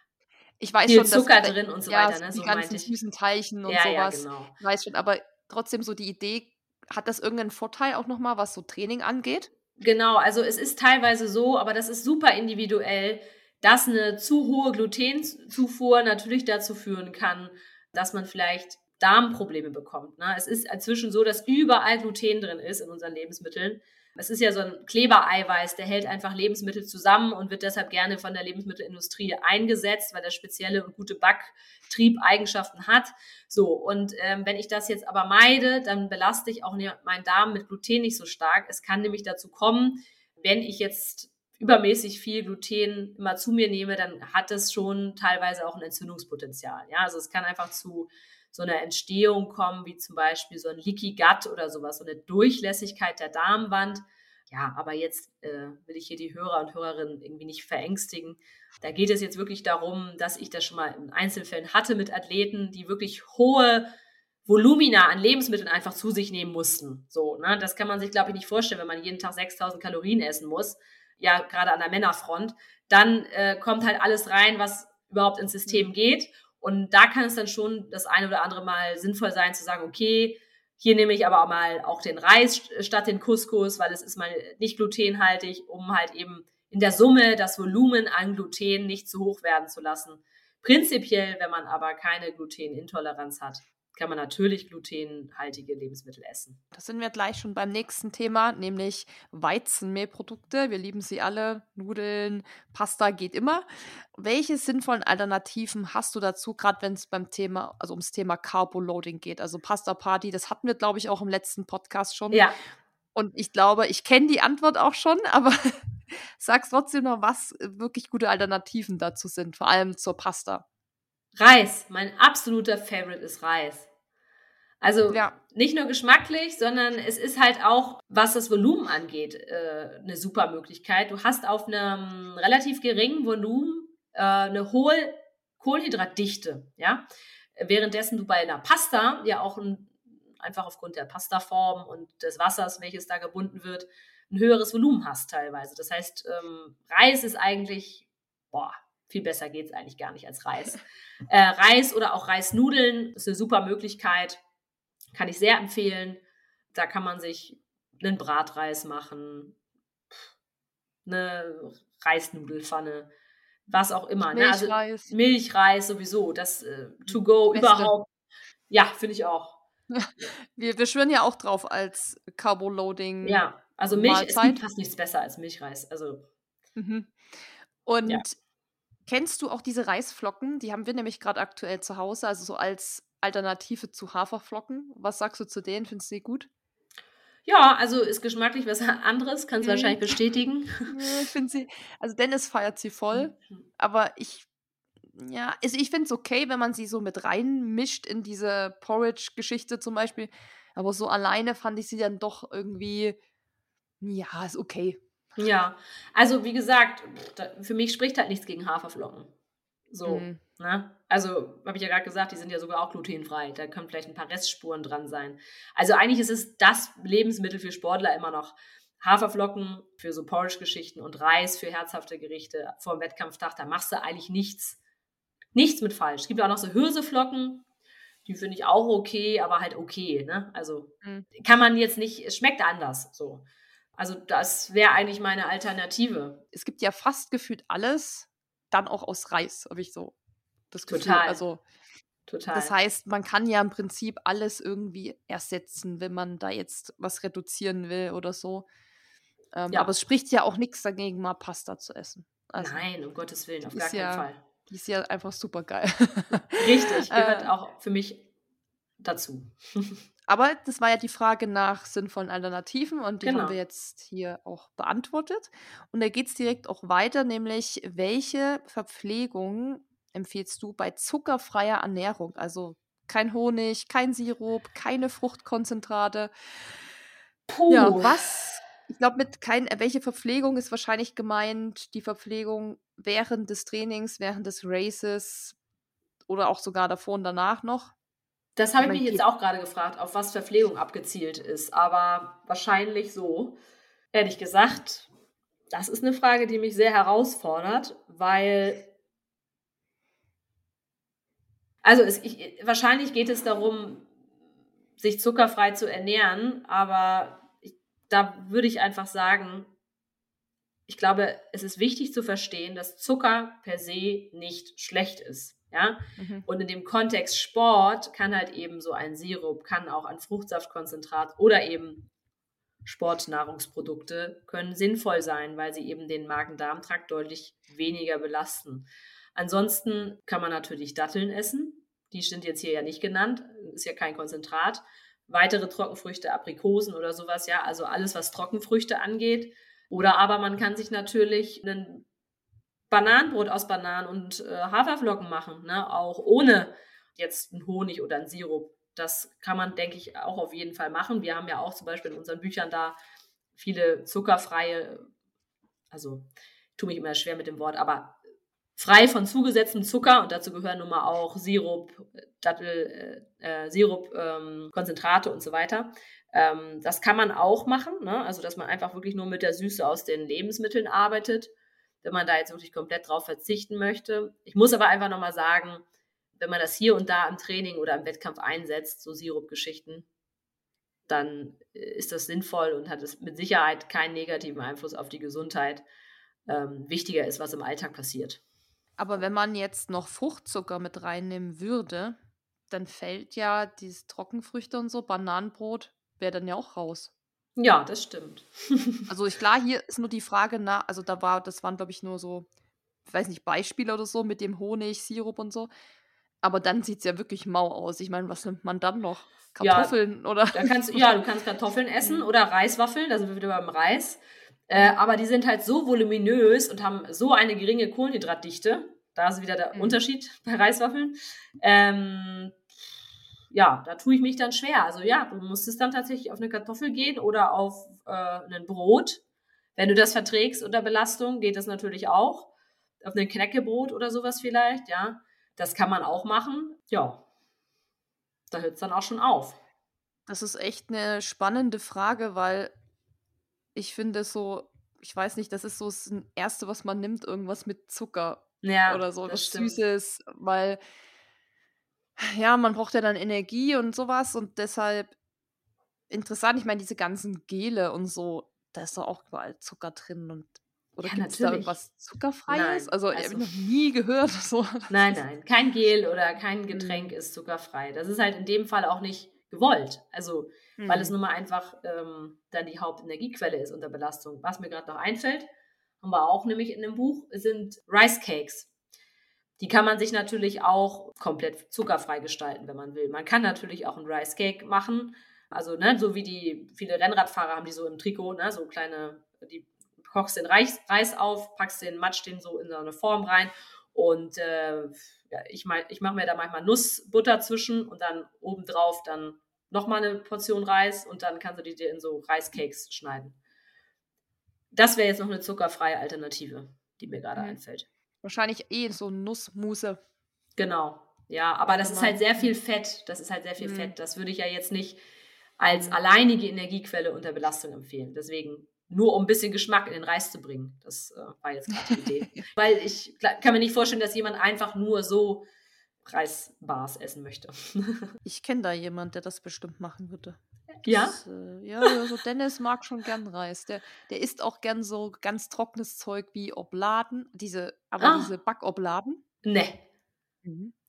Ich weiß viel schon, dass Zucker da drin und so ja, weiter, so ne? die So ganzen meinte ich. süßen Teilchen und Ja, ja, sowas. genau. Ich weiß schon, aber trotzdem so die Idee, hat das irgendeinen Vorteil auch noch mal, was so Training angeht? Genau, also es ist teilweise so, aber das ist super individuell, dass eine zu hohe Glutenzufuhr natürlich dazu führen kann, dass man vielleicht Darmprobleme bekommt, ne? Es ist inzwischen so, dass überall Gluten drin ist in unseren Lebensmitteln. Es ist ja so ein Klebereiweiß, der hält einfach Lebensmittel zusammen und wird deshalb gerne von der Lebensmittelindustrie eingesetzt, weil er spezielle und gute Backtriebeigenschaften hat. So, und wenn ich das jetzt aber meide, dann belaste ich auch meinen Darm mit Gluten nicht so stark. Es kann nämlich dazu kommen, wenn ich jetzt übermäßig viel Gluten immer zu mir nehme, dann hat es schon teilweise auch ein Entzündungspotenzial. Ja, also es kann einfach zu so einer Entstehung kommen, wie zum Beispiel so ein Leaky Gut oder sowas, so eine Durchlässigkeit der Darmwand. Ja, aber jetzt will ich hier die Hörer und Hörerinnen irgendwie nicht verängstigen. Da geht es jetzt wirklich darum, dass ich das schon mal in Einzelfällen hatte mit Athleten, die wirklich hohe Volumina an Lebensmitteln einfach zu sich nehmen mussten. So, ne? Das kann man sich, glaube ich, nicht vorstellen, wenn man jeden Tag 6.000 Kalorien essen muss. Ja, gerade an der Männerfront. Dann kommt halt alles rein, was überhaupt ins System Mhm. geht. Und da kann es dann schon das eine oder andere Mal sinnvoll sein, zu sagen, okay, hier nehme ich aber auch mal auch den Reis statt den Couscous, weil es ist mal nicht glutenhaltig, um halt eben in der Summe das Volumen an Gluten nicht zu hoch werden zu lassen. Prinzipiell, wenn man aber keine Glutenintoleranz hat, kann man natürlich glutenhaltige Lebensmittel essen. Da sind wir gleich schon beim nächsten Thema, nämlich Weizenmehlprodukte. Wir lieben sie alle. Nudeln, Pasta geht immer. Welche sinnvollen Alternativen hast du dazu, gerade wenn es ums Thema Carboloading geht? Also Pasta Party, das hatten wir, glaube ich, auch im letzten Podcast schon. Ja, Und ich glaube, ich kenne die Antwort auch schon, aber sag's trotzdem noch, was wirklich gute Alternativen dazu sind, vor allem zur Pasta. Reis. Mein absoluter Favorite ist Reis. Also Ja. nicht nur geschmacklich, sondern es ist halt auch, was das Volumen angeht, 'ne super Möglichkeit. Du hast auf einem relativ geringen Volumen, 'ne hohe Kohlenhydratdichte, ja? Währenddessen du bei einer Pasta ja auch einfach aufgrund der Pastaform und des Wassers, welches da gebunden wird, ein höheres Volumen hast teilweise. Das heißt, Reis ist eigentlich, boah, viel besser geht's eigentlich gar nicht als Reis. Reis oder auch Reisnudeln ist eine super Möglichkeit. Kann ich sehr empfehlen. Da kann man sich einen Bratreis machen, eine Reisnudelpfanne, was auch immer, ne? Also, Milchreis, Milchreis sowieso, das, to go Beste. überhaupt. Ja, finde ich auch. Wir schwören ja auch drauf als Ja, also Milch, es gibt Carbo-Loading-Mahlzeit. fast nichts besser als Milchreis. Also, Mhm. ja. Und kennst du auch diese Reisflocken? Die haben wir nämlich gerade aktuell zu Hause, also so als Alternative zu Haferflocken. Was sagst du zu denen? Findest du die gut? Ja, also, ist geschmacklich was anderes, kannst du Mhm. wahrscheinlich bestätigen. Ich finde sie also Dennis feiert sie voll, Mhm. aber ich finde es okay, wenn man sie so mit reinmischt in diese Porridge-Geschichte zum Beispiel, aber so alleine fand ich sie dann doch irgendwie ja, ist okay. Ja, also, wie gesagt, da für mich spricht halt nichts gegen Haferflocken. So, Mhm. ne? Also, habe ich ja grad gesagt, die sind ja sogar auch glutenfrei. Da können vielleicht 'n paar Restspuren dran sein. Also, eigentlich ist es das Lebensmittel für Sportler immer noch. Haferflocken für so Porridge-Geschichten und Reis für herzhafte Gerichte vorm Wettkampftag, da machst du eigentlich nichts mit falsch. Es gibt ja auch noch so Hirseflocken, die finde ich auch okay, aber halt okay, ne? Also, Mhm. kann man jetzt nicht, es schmeckt anders so. Also, das wäre eigentlich meine Alternative. Es gibt ja fast gefühlt alles dann auch aus Reis, habe ich so das Gefühl. Total, Also, das total. heißt, man kann ja im Prinzip alles irgendwie ersetzen, wenn man da jetzt was reduzieren will oder so. Aber Ja. es spricht ja auch nichts dagegen, mal Pasta zu essen. Also, Nein, um Gottes Willen, auf die gar ist keinen ja Fall. die ist ja einfach supergeil. Richtig, gehört Äh, auch für mich dazu. aber das war ja die Frage nach sinnvollen Alternativen und die haben wir Genau. jetzt hier auch beantwortet. Und da geht's direkt auch weiter, nämlich welche Verpflegung empfiehlst du bei zuckerfreier Ernährung? Also, kein Honig, kein Sirup, keine Fruchtkonzentrate. Ja, Puh. was ich glaube, mit kein welche Verpflegung ist wahrscheinlich gemeint, die Verpflegung während des Trainings, während des Races oder auch sogar davor und danach noch? Das Ich habe ich mich meine, jetzt geht auch gerade gefragt, auf was Verpflegung abgezielt ist, aber wahrscheinlich so. Ehrlich gesagt, das ist eine Frage, die mich sehr herausfordert, weil also, wahrscheinlich geht es darum, sich zuckerfrei zu ernähren, aber da würde ich einfach sagen, ich glaube, es ist wichtig zu verstehen, dass Zucker per se nicht schlecht ist, ja? mhm. Und in dem Kontext Sport kann halt eben so ein Sirup, kann auch ein Fruchtsaftkonzentrat oder eben Sportnahrungsprodukte können sinnvoll sein, weil sie eben den Magen-Darm-Trakt deutlich weniger belasten. Ansonsten kann man natürlich Datteln essen. Die sind jetzt hier ja nicht genannt, ist ja kein Konzentrat. Weitere Trockenfrüchte, Aprikosen oder sowas, ja, also alles, was Trockenfrüchte angeht. Oder aber man kann sich natürlich ein Bananenbrot aus Bananen und Haferflocken machen, ne? Auch ohne jetzt einen Honig oder einen Sirup. Das kann man, denke ich, auch auf jeden Fall machen. Wir haben ja auch zum Beispiel in unseren Büchern da viele zuckerfreie, also ich tue mich immer schwer mit dem Wort, aber frei von zugesetztem Zucker, und dazu gehören nun mal auch Sirup, Sirup, Konzentrate und so weiter. Das kann man auch machen, ne? Also dass man einfach wirklich nur mit der Süße aus den Lebensmitteln arbeitet, wenn man da jetzt wirklich komplett drauf verzichten möchte. Ich muss aber einfach nochmal sagen, wenn man das hier und da im Training oder im Wettkampf einsetzt, so Sirupgeschichten, dann ist das sinnvoll und hat es mit Sicherheit keinen negativen Einfluss auf die Gesundheit. Wichtiger ist, was im Alltag passiert. Aber wenn man jetzt noch Fruchtzucker mit reinnehmen würde, dann fällt ja diese Trockenfrüchte und so, Bananenbrot wäre dann ja auch raus. Ja, das stimmt. Also, hier ist nur die Frage nach also, das waren, glaube ich, nur so, ich weiß nicht, Beispiele oder so mit dem Honig, Sirup und so. Aber dann sieht's ja wirklich mau aus. Ich meine, was nimmt man dann noch? Ja, Kartoffeln oder du kannst Kartoffeln essen Mhm. oder Reiswaffeln, da sind wir wieder beim Reis. Aber die sind halt so voluminös und haben so eine geringe Kohlenhydratdichte. Da ist wieder der Mhm. Unterschied bei Reiswaffeln. Ja, da tue ich mich dann schwer. Also ja, du musst es dann tatsächlich auf eine Kartoffel gehen oder auf ein Brot. Wenn du das verträgst unter Belastung, geht das natürlich auch. Auf ein Knäckebrot oder sowas vielleicht, ja. Das kann man auch machen. Ja, da hört es dann auch schon auf. Das ist echt 'ne spannende Frage, weil ich finde so ich weiß nicht, das ist so das Erste, was man nimmt, irgendwas mit Zucker Ja, oder so, das was stimmt. Süßes, weil, ja, man braucht ja dann Energie und so was und deshalb interessant. Ich meine, diese ganzen Gele und so, da ist doch auch überall Zucker drin und oder Ja, gibt's da natürlich. irgendwas Zuckerfreies? Nein, Also, habe ich also noch nie gehört, so. Das nein, ist nein, kein Gel oder kein Getränk mhm. ist zuckerfrei. Das ist halt in dem Fall auch nicht gewollt. Also, weil es Mhm. nun mal einfach, dann die Hauptenergiequelle ist unter Belastung. Was mir gerade noch einfällt, haben wir auch nämlich in dem Buch, sind Rice Cakes. Die kann man sich natürlich auch komplett zuckerfrei gestalten, wenn man will. Man kann natürlich auch 'n Rice Cake machen. Also, ne, so wie die viele Rennradfahrer haben die so im Trikot, ne, so kleine die kochst den Reis auf, packst den Matsch den so in so 'ne Form rein und, ja, ich mache mir da manchmal Nussbutter zwischen und dann obendrauf dann noch mal 'ne Portion Reis und dann kannst du die dir in so Reiscakes schneiden. Das wäre jetzt noch 'ne zuckerfreie Alternative, die mir grade Mhm. einfällt. Wahrscheinlich so Nussmusse Genau. Ja, aber das kann ist halt man sehr viel Fett. Das ist halt sehr viel mhm, Fett. Das würde ich ja jetzt nicht als mhm. alleinige Energiequelle unter Belastung empfehlen. Deswegen nur um 'n bisschen Geschmack in den Reis zu bringen. Das, war jetzt grad die Idee. Weil ich kann mir nicht vorstellen, dass jemand einfach nur so Reisbars essen möchte. Ich kenne da jemand, der das bestimmt machen würde. Ja? Ja, ja, so Dennis mag schon gern Reis. Der isst auch gern so ganz trockenes Zeug wie Obladen, diese Ah, Backobladen. ne. Mhm.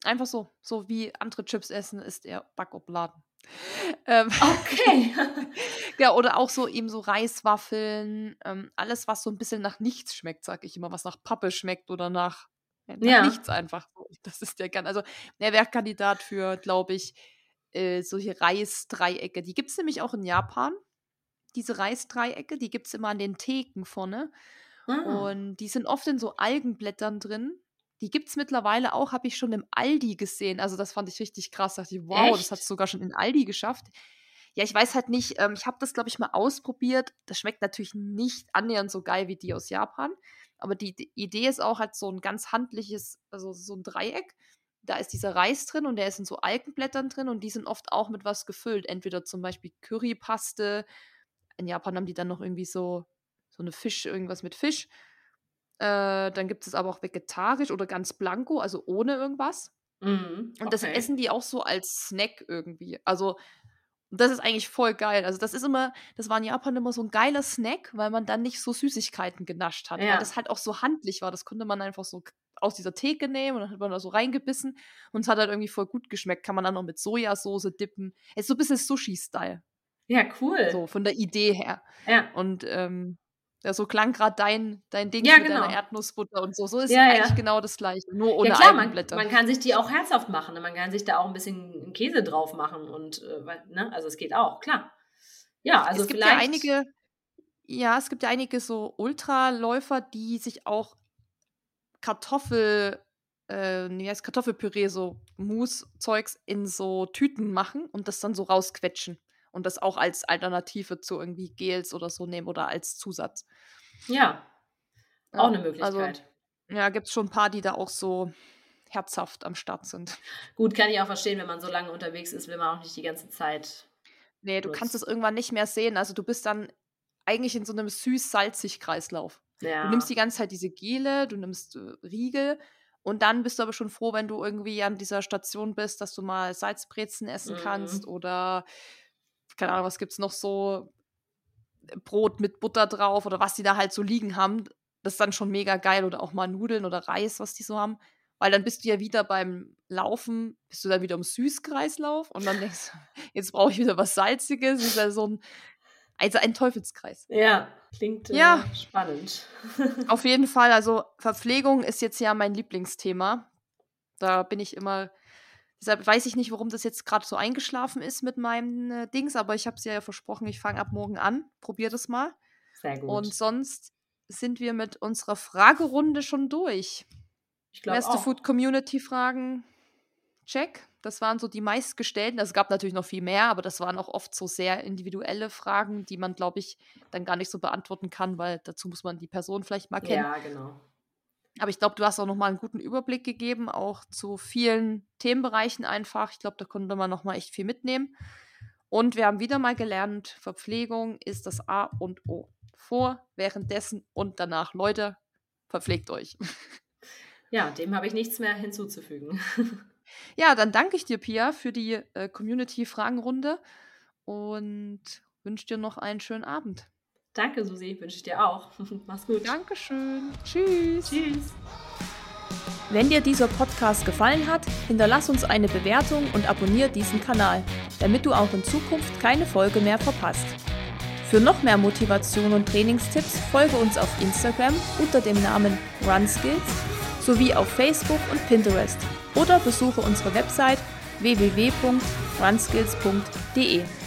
Einfach so wie andere Chips essen, isst er Backobladen. Ähm, Okay. ja, oder auch so eben so Reiswaffeln, alles, was so ein bisschen nach nichts schmeckt, sage ich immer, was nach Pappe schmeckt oder nach Ja. nichts einfach so. Das ist der gern also, der wäre Kandidat für, glaube ich, solche Reisdreiecke. Die gibt's nämlich auch in Japan, diese Reisdreiecke, die gibt's immer an den Theken vorne Ah, und die sind oft in so Algenblättern drin. Die gibt's mittlerweile auch, habe ich schon im Aldi gesehen. Also, das fand ich richtig krass. Da dachte ich: „Wow, das hat's echt? sogar schon in Aldi geschafft.“ Ja, ich weiß halt nicht, ich habe das, glaube ich, mal ausprobiert. Das schmeckt natürlich nicht annähernd so geil wie die aus Japan, aber die Idee ist auch halt so ein ganz handliches also, so ein Dreieck. Da ist dieser Reis drin und der ist in so Algenblättern drin und die sind oft auch mit was gefüllt. Entweder zum Beispiel Currypaste. In Japan haben die dann noch irgendwie so eine irgendwas mit Fisch. Dann gibt es aber auch vegetarisch oder ganz blanko, also ohne irgendwas. Mhm, Und das okay. essen die auch so als Snack irgendwie. Also, das ist eigentlich voll geil. Also, das war in Japan immer so 'n geiler Snack, weil man dann nicht so Süßigkeiten genascht hat, weil das Ja. halt auch so handlich war. Das konnte man einfach so k aus dieser Theke nehmen und dann hat man da so reingebissen und es hat halt irgendwie voll gut geschmeckt. Kann man dann noch mit Sojasauce dippen. Ist so bisschen Sushi-Style, Ja, cool. so von der Idee her. Ja. Und, ja, so klang grad dein Dings Ja, mit deiner genau. Erdnussbutter und so. So ist Ja, eigentlich ja. genau das Gleiche, nur Ja ohne klar, man Algenblätter. kann sich die auch herzhaft machen, ne? Man kann sich da auch 'n bisschen Käse drauf machen und, wei ne? Also, es geht auch, klar. Ja, also Es gibt ja vielleicht einige Ja, es gibt ja einige so Ultraläufer, die sich auch Kartoffel wie heißt Kartoffelpüree, so Mousse-Zeugs in so Tüten machen und das dann so rausquetschen und das auch als Alternative zu irgendwie Gels oder so nehmen oder als Zusatz. ja, auch 'ne Ja, also, Möglichkeit. ja, gibt's schon 'n paar, die da auch so herzhaft am Start sind. Gut, kann ich auch verstehen, wenn man so lange unterwegs ist, will man auch nicht die ganze Zeit Ne, du kannst es nutzen. irgendwann nicht mehr sehen. Also, du bist dann eigentlich in so 'nem süß-salzig-Kreislauf. Du nimmst die Ja, ganze Zeit diese Gele, du nimmst, Riegel und dann bist du aber schon froh, wenn du irgendwie an dieser Station bist, dass du mal Salzbrezeln essen kannst mhm. oder keine Ahnung, was gibt's noch so, Brot mit Butter drauf oder was die da halt so liegen haben. Das ist dann schon mega geil oder auch mal Nudeln oder Reis, was die so haben. Weil dann bist du ja wieder beim Laufen bist du dann wieder im Süßkreislauf und dann denkst du: „Jetzt brauche ich wieder was Salziges.“ Das ist ja so 'n also ein Teufelskreis. Ja, klingt, Ja, spannend. auf jeden Fall. Also, Verpflegung ist jetzt ja mein Lieblingsthema. Da bin ich immer deshalb weiß ich nicht, warum das jetzt grad so eingeschlafen ist mit meinem, Dings, aber ich habe es dir ja versprochen, ich fange ab morgen an. Probier das mal. Sehr Und gut. sonst sind wir mit unserer Fragerunde schon durch. Ich glaube Beste auch. Food Community Fragen, check. Das waren so die meistgestellten. Also, es gab natürlich noch viel mehr, aber das waren auch oft so sehr individuelle Fragen, die man, glaube ich, dann gar nicht so beantworten kann, weil dazu muss man die Person vielleicht mal kennen. Ja, genau. Aber ich glaube, du hast auch noch mal 'n guten Überblick gegeben, auch zu vielen Themenbereichen einfach. Ich glaube, da konnte man noch mal echt viel mitnehmen. Und wir haben wieder mal gelernt, Verpflegung ist das A und O. Vor, währenddessen und danach. Leute, verpflegt euch. Ja, dem habe ich nichts mehr hinzuzufügen. Ja, dann danke ich dir, Pia, für die, Community-Fragenrunde und wünsche dir noch einen schönen Abend. Danke, Susi, wünsche ich dir auch. Mach's gut. Dankeschön. Tschüss. Tschüss. Wenn dir dieser Podcast gefallen hat, hinterlass uns eine Bewertung und abonniere diesen Kanal, damit du auch in Zukunft keine Folge mehr verpasst. Für noch mehr Motivation und Trainingstipps folge uns auf Instagram unter dem Namen RunSkills sowie auf Facebook und Pinterest oder besuche unsere Website www.runskills.de.